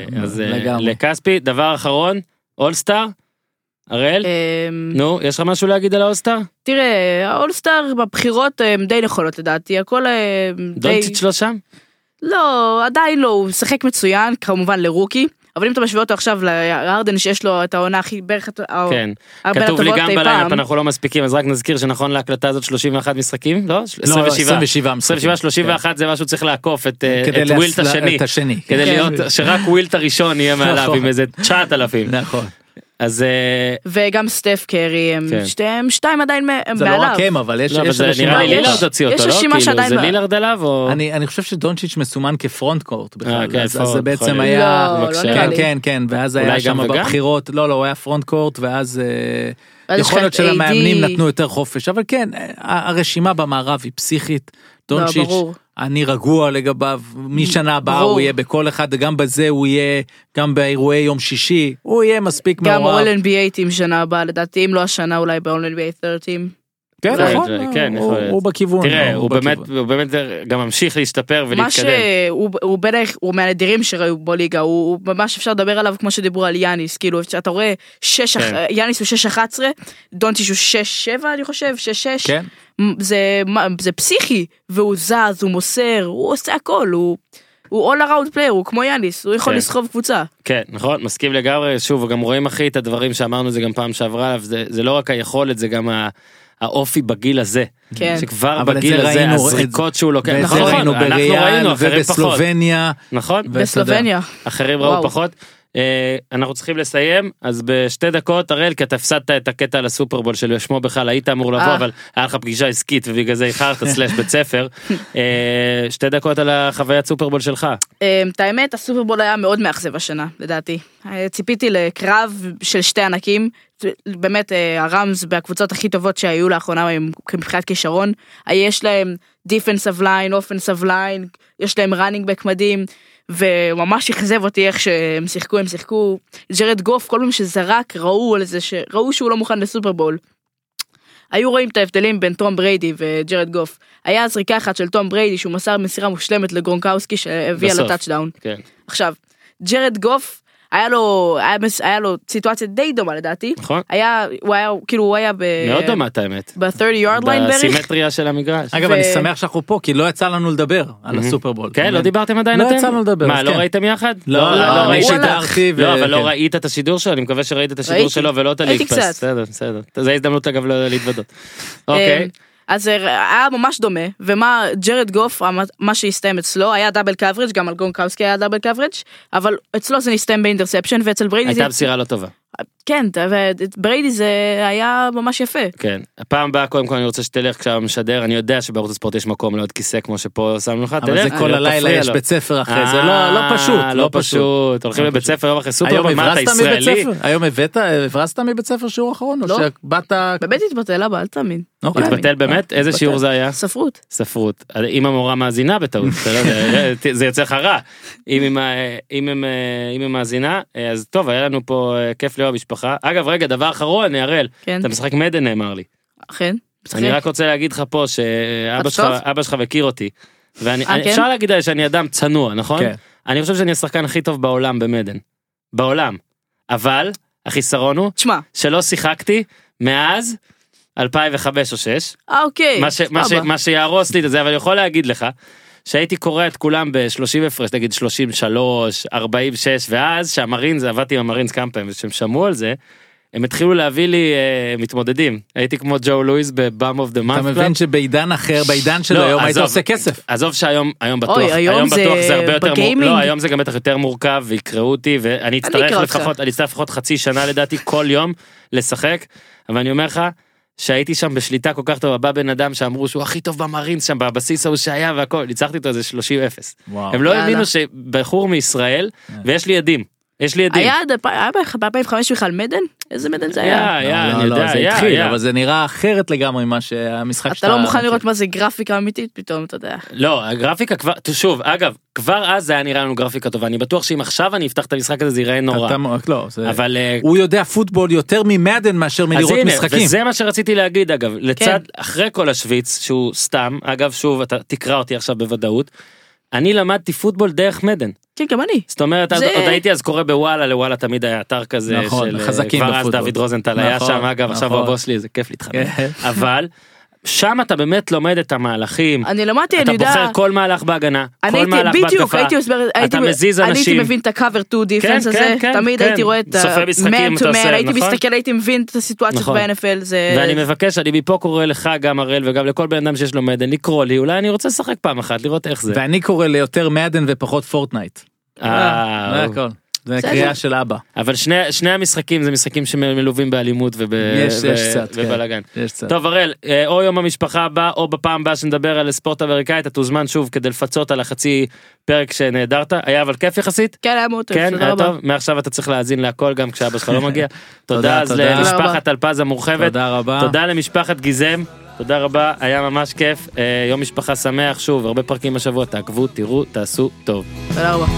לקספי. דבר אחרון, אולסטאר, הראל, נו, יש לך משהו להגיד על האולסטאר? תראה, האולסטאר בבחירות הם די נכונות לדעתי, הכל די... דונצ'יץ' לא שם? לא, עדיין לא, הוא שחק מצוין, כמובן לרוקי, אבל אם אתה משווה אותו עכשיו להרדן שיש לו את העונה הכי בערך כן, כתוב לי גם בליינאפ אנחנו לא מספיקים, אז רק נזכיר שנכון להקלטה הזאת 31 משחקים, לא? 27, 31 זה משהו צריך לעקוף את ווילט השני, כדי להיות שרק ווילט הראשון יהיה מעליו עם איזה 9,000. נכון. אז וגם סטף קרי הם שתיים עדיין מעליו. זה לא רק הם, אבל יש רשימה. לילארד הוציא אותו, לא? זה לילארד עליו או... אני חושב שדונצ'יץ' מסומן כפרונט קורט בכלל, אז זה בעצם היה... כן, ואז היה שם בבחירות, לא, הוא היה פרונט קורט, ואז יכול להיות שלמאמנים נתנו יותר חופש, אבל כן, הרשימה במערב היא פסיכית, דונצ'יץ' אני רגוע לגביו, משנה הבאה הוא יהיה בכל אחד, גם בזה הוא יהיה, גם באירועי יום שישי, הוא יהיה מספיק מעורב. גם all NBA טים שנה הבאה, לדעתי, אם לא השנה אולי ב-all NBA 30. כן, נכון, הוא בכיוון. תראה, הוא באמת גם ממשיך להשתפר ולהתקדם. הוא הוא מהנדירים שראו בליגה, הוא ממש אפשר לדבר עליו כמו שדיברו על יאניס, כאילו, אתה רואה, יאניס הוא 6-11, דונצ'יץ' הוא 6-7, אני חושב, 6-6. כן. זה פסיכי, והוא זז, הוא מוסר, הוא עושה הכל, הוא all around player, הוא כמו יאניס, הוא יכול לסחוב קבוצה. כן, נכון, מסכים לגמרי, שוב, גם רואים אחי את הדברים שאמרנו, זה גם פעם שעברה, זה לא רק היכולת, זה גם האופי בגיל הזה, שכבר בגיל הזה, הזריקות שהוא לוקח, נכון, אנחנו ראינו, אחרים פחות. ובסלובניה. נכון, בסלובניה. אחרים ראו פחות. אנחנו צריכים לסיים, אז בשתי דקות, הראל, כי אתה הפסדת את הקטע על הסופרבול של שמו בכלל, היית אמור לבוא, אבל היה לך פגישה עסקית, ובגלל זה איחרת סלש בית ספר. 2 דקות על החוויית סופרבול שלך. את האמת, הסופרבול היה מאוד מאכזב השנה, לדעתי. ציפיתי לקרב של 2 ענקים, באמת הרמס בהקבוצות הכי טובות שהיו לאחרונה, מבחינת כישרון, יש להם defensive line, offensive line, יש להם running back מדהים, וממש הכזב אותי איך שהם שיחקו, ג'רד גוף, כל פעם שזרק, ראו שהוא לא מוכן לסופרבול. היו רואים את ההבדלים בין תום בריידי וג'רד גוף. היה זריקה אחת של תום בריידי שהוא מסר מסירה מושלמת לגרונקאוסקי שהביאה לטאצ'דאון. כן. עכשיו, ג'רד גוף היה לו סיטואציה די דומה לדעתי. נכון. הוא היה מאוד דומה את האמת. ב-30 yard line בערך. בסימטריה של המגרש. אגב, אני שמח שאנחנו פה, כי לא יצא לנו לדבר על הסופרבול. כן, לא דיברתם עדיין אתם? לא יצא לנו לדבר. מה, לא ראיתם יחד? לא, אני שידרתי. לא, אבל לא ראית את השידור שלו, אני מקווה שראית את השידור שלו ולא את הליג פס. בסדר, בסדר. זו הזדמנות אגב להתוודות. אוקיי. אז היה ממש דומה, ומה ג'רד גוף, מה שהסתיים אצלו, היה דאבל קאברג', גם על גרונקאוסקי היה דאבל קאברג', אבל אצלו זה נסתיים באינטרספשן, ואצל בריידי הייתה מסירה לא טובה. כן, בריידי זה היה ממש יפה. כן, הפעם הבאה קודם כל אני רוצה שתלך כשאתה משדר, אני יודע שבערוץ הספורט יש מקום לעוד כיסא כמו שפה שמנו לך, אבל זה כל הלילה יש בית ספר אחרי זה, לא פשוט. לא פשוט, הולכים לבית ספר יום אחרי סופר, מה אתה ישראלי? היום הברזת מבית ספר שיעור אחרון? לא, שבאת... בבית התבטל, אבא, אל תאמין. התבטל באמת? איזה שיעור זה היה? ספרות. ספרות. אם המורה מאזינה בטעות, זה יוצא לך רע. אם היא מאזינה, אז טוב, היה לנו פה כיף לאהוב משפחה. אגב, רגע, דבר אחרון, הראל, אתה משחק מדן נאמר לי. אכן. אני רק רוצה להגיד לך פה שאבא שלך מכיר אותי, ואפשר להגיד עלי שאני אדם צנוע, נכון? אני חושב שאני השחקן הכי טוב בעולם במדן. בעולם. אבל, החיסרון הוא, שלא שיחקתי מאז 2005 או 6. אוקיי. מה שיערוס לי את זה, אבל אני יכול להגיד לך, שהייתי קורא את כולם ב-30 הפרש, נגיד 33, 46, ואז שהמרינס, עבדתי עם המרינס כמה פעמים, ושהם שמעו על זה, הם התחילו להביא לי מתמודדים. הייתי כמו ג'ו לואיס בבאם אוף דה מאנט. אתה מבין שבעידן אחר, בעידן של היום, היית עושה כסף. עזוב שהיום בטוח, היום בטוח זה הרבה יותר מורכב, לא, היום זה גם בטח יותר מורכב, ויקראו אותי, ואני אצטרך לפחות חצי שנה לדעתי, כל יום לשחק, אבל אני אומר לך, שהייתי שם בשליטה כל כך טובה, בא בן אדם שאמרו שהוא הכי טוב במרינס שם, בבסיס ההוא שהיה והכל, ניצחתי אותו איזה 30-0. הם לא האמינו שבחור מישראל, ויש לי עדים. היה ב-2005 בכלל מדן? איזה מדן זה היה? אני יודע, זה התחיל, אבל זה נראה אחרת לגמרי ממה שהמשחק שאתה... אתה לא מוכן לראות מה זה גרפיקה אמיתית פתאום, אתה יודע. לא, הגרפיקה כבר, שוב, אגב, כבר אז זה היה נראה לנו גרפיקה טובה, אני בטוח שאם עכשיו אני אפתח את המשחק הזה, זה ייראה נורא. אבל... הוא יודע פוטבול יותר ממדן מאשר מלראות משחקים. וזה מה שרציתי להגיד, אגב, לצד, אחרי כל השוויץ, שהוא סתם, אגב, שוב, אתה תקרא אותי עכשיו בוודאות, אני למדתי פוטבול דרך מדן. כן, גם אני. זאת אומרת, עוד הייתי אז קורא בוואלה, לוואלה תמיד היה אתר כזה, נכון, חזקים בפוטבול. כבר אז דוד רוזנטל היה שם, אגב, עכשיו הוא הבוס לי, זה כיף להתחבר. אבל, שם אתה באמת לומד את המהלכים. אני למדתי, אני יודע... אתה בוחר כל מהלך בהגנה, כל מהלך בהתקפה, אתה מזיז אנשים. הייתי מבין את ה-cover 2 defense הזה, תמיד הייתי רואה את ה-man to man, הייתי מסתכל, הייתי מבין את הסיטואציות ב-NFL. ואני מבקש, אני מפה קורא לך גם הראל, וגם לכל בן אדם שיש לו מדן, לקרוא לי, אולי אני רוצה לשחק פעם אחת, לראות איך זה. ואני קורא ליותר מדן ופחות פורטנייט. זה הכל. זה קריאה של אבא. אבל שני המשחקים זה משחקים שמלווים באלימות ובלגן. טוב הראל, או יום המשפחה הבא או בפעם הבאה שנדבר על ספורט אמריקאי, אתה תוזמן שוב כדי לפצות על החצי פרק שנהדרת. היה אבל כיף יחסית? כן, היה מאוד טוב. כן, היה טוב. מעכשיו אתה צריך להאזין להכל גם כשאבא שלך לא מגיע. תודה אז למשפחת אלפז המורחבת. תודה רבה. תודה למשפחת גיזם. תודה רבה, היה ממש כיף. יום משפחה שמח שוב, הרבה פרקים בשבוע, תעקבו, תראו, תעשו טוב. תודה רבה.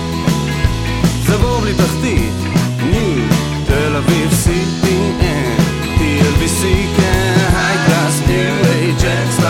זה בור בלי תחתית, ניו, תל אביב, CPN, TLBC, כן, היי קלאס, ניו, ג'קס,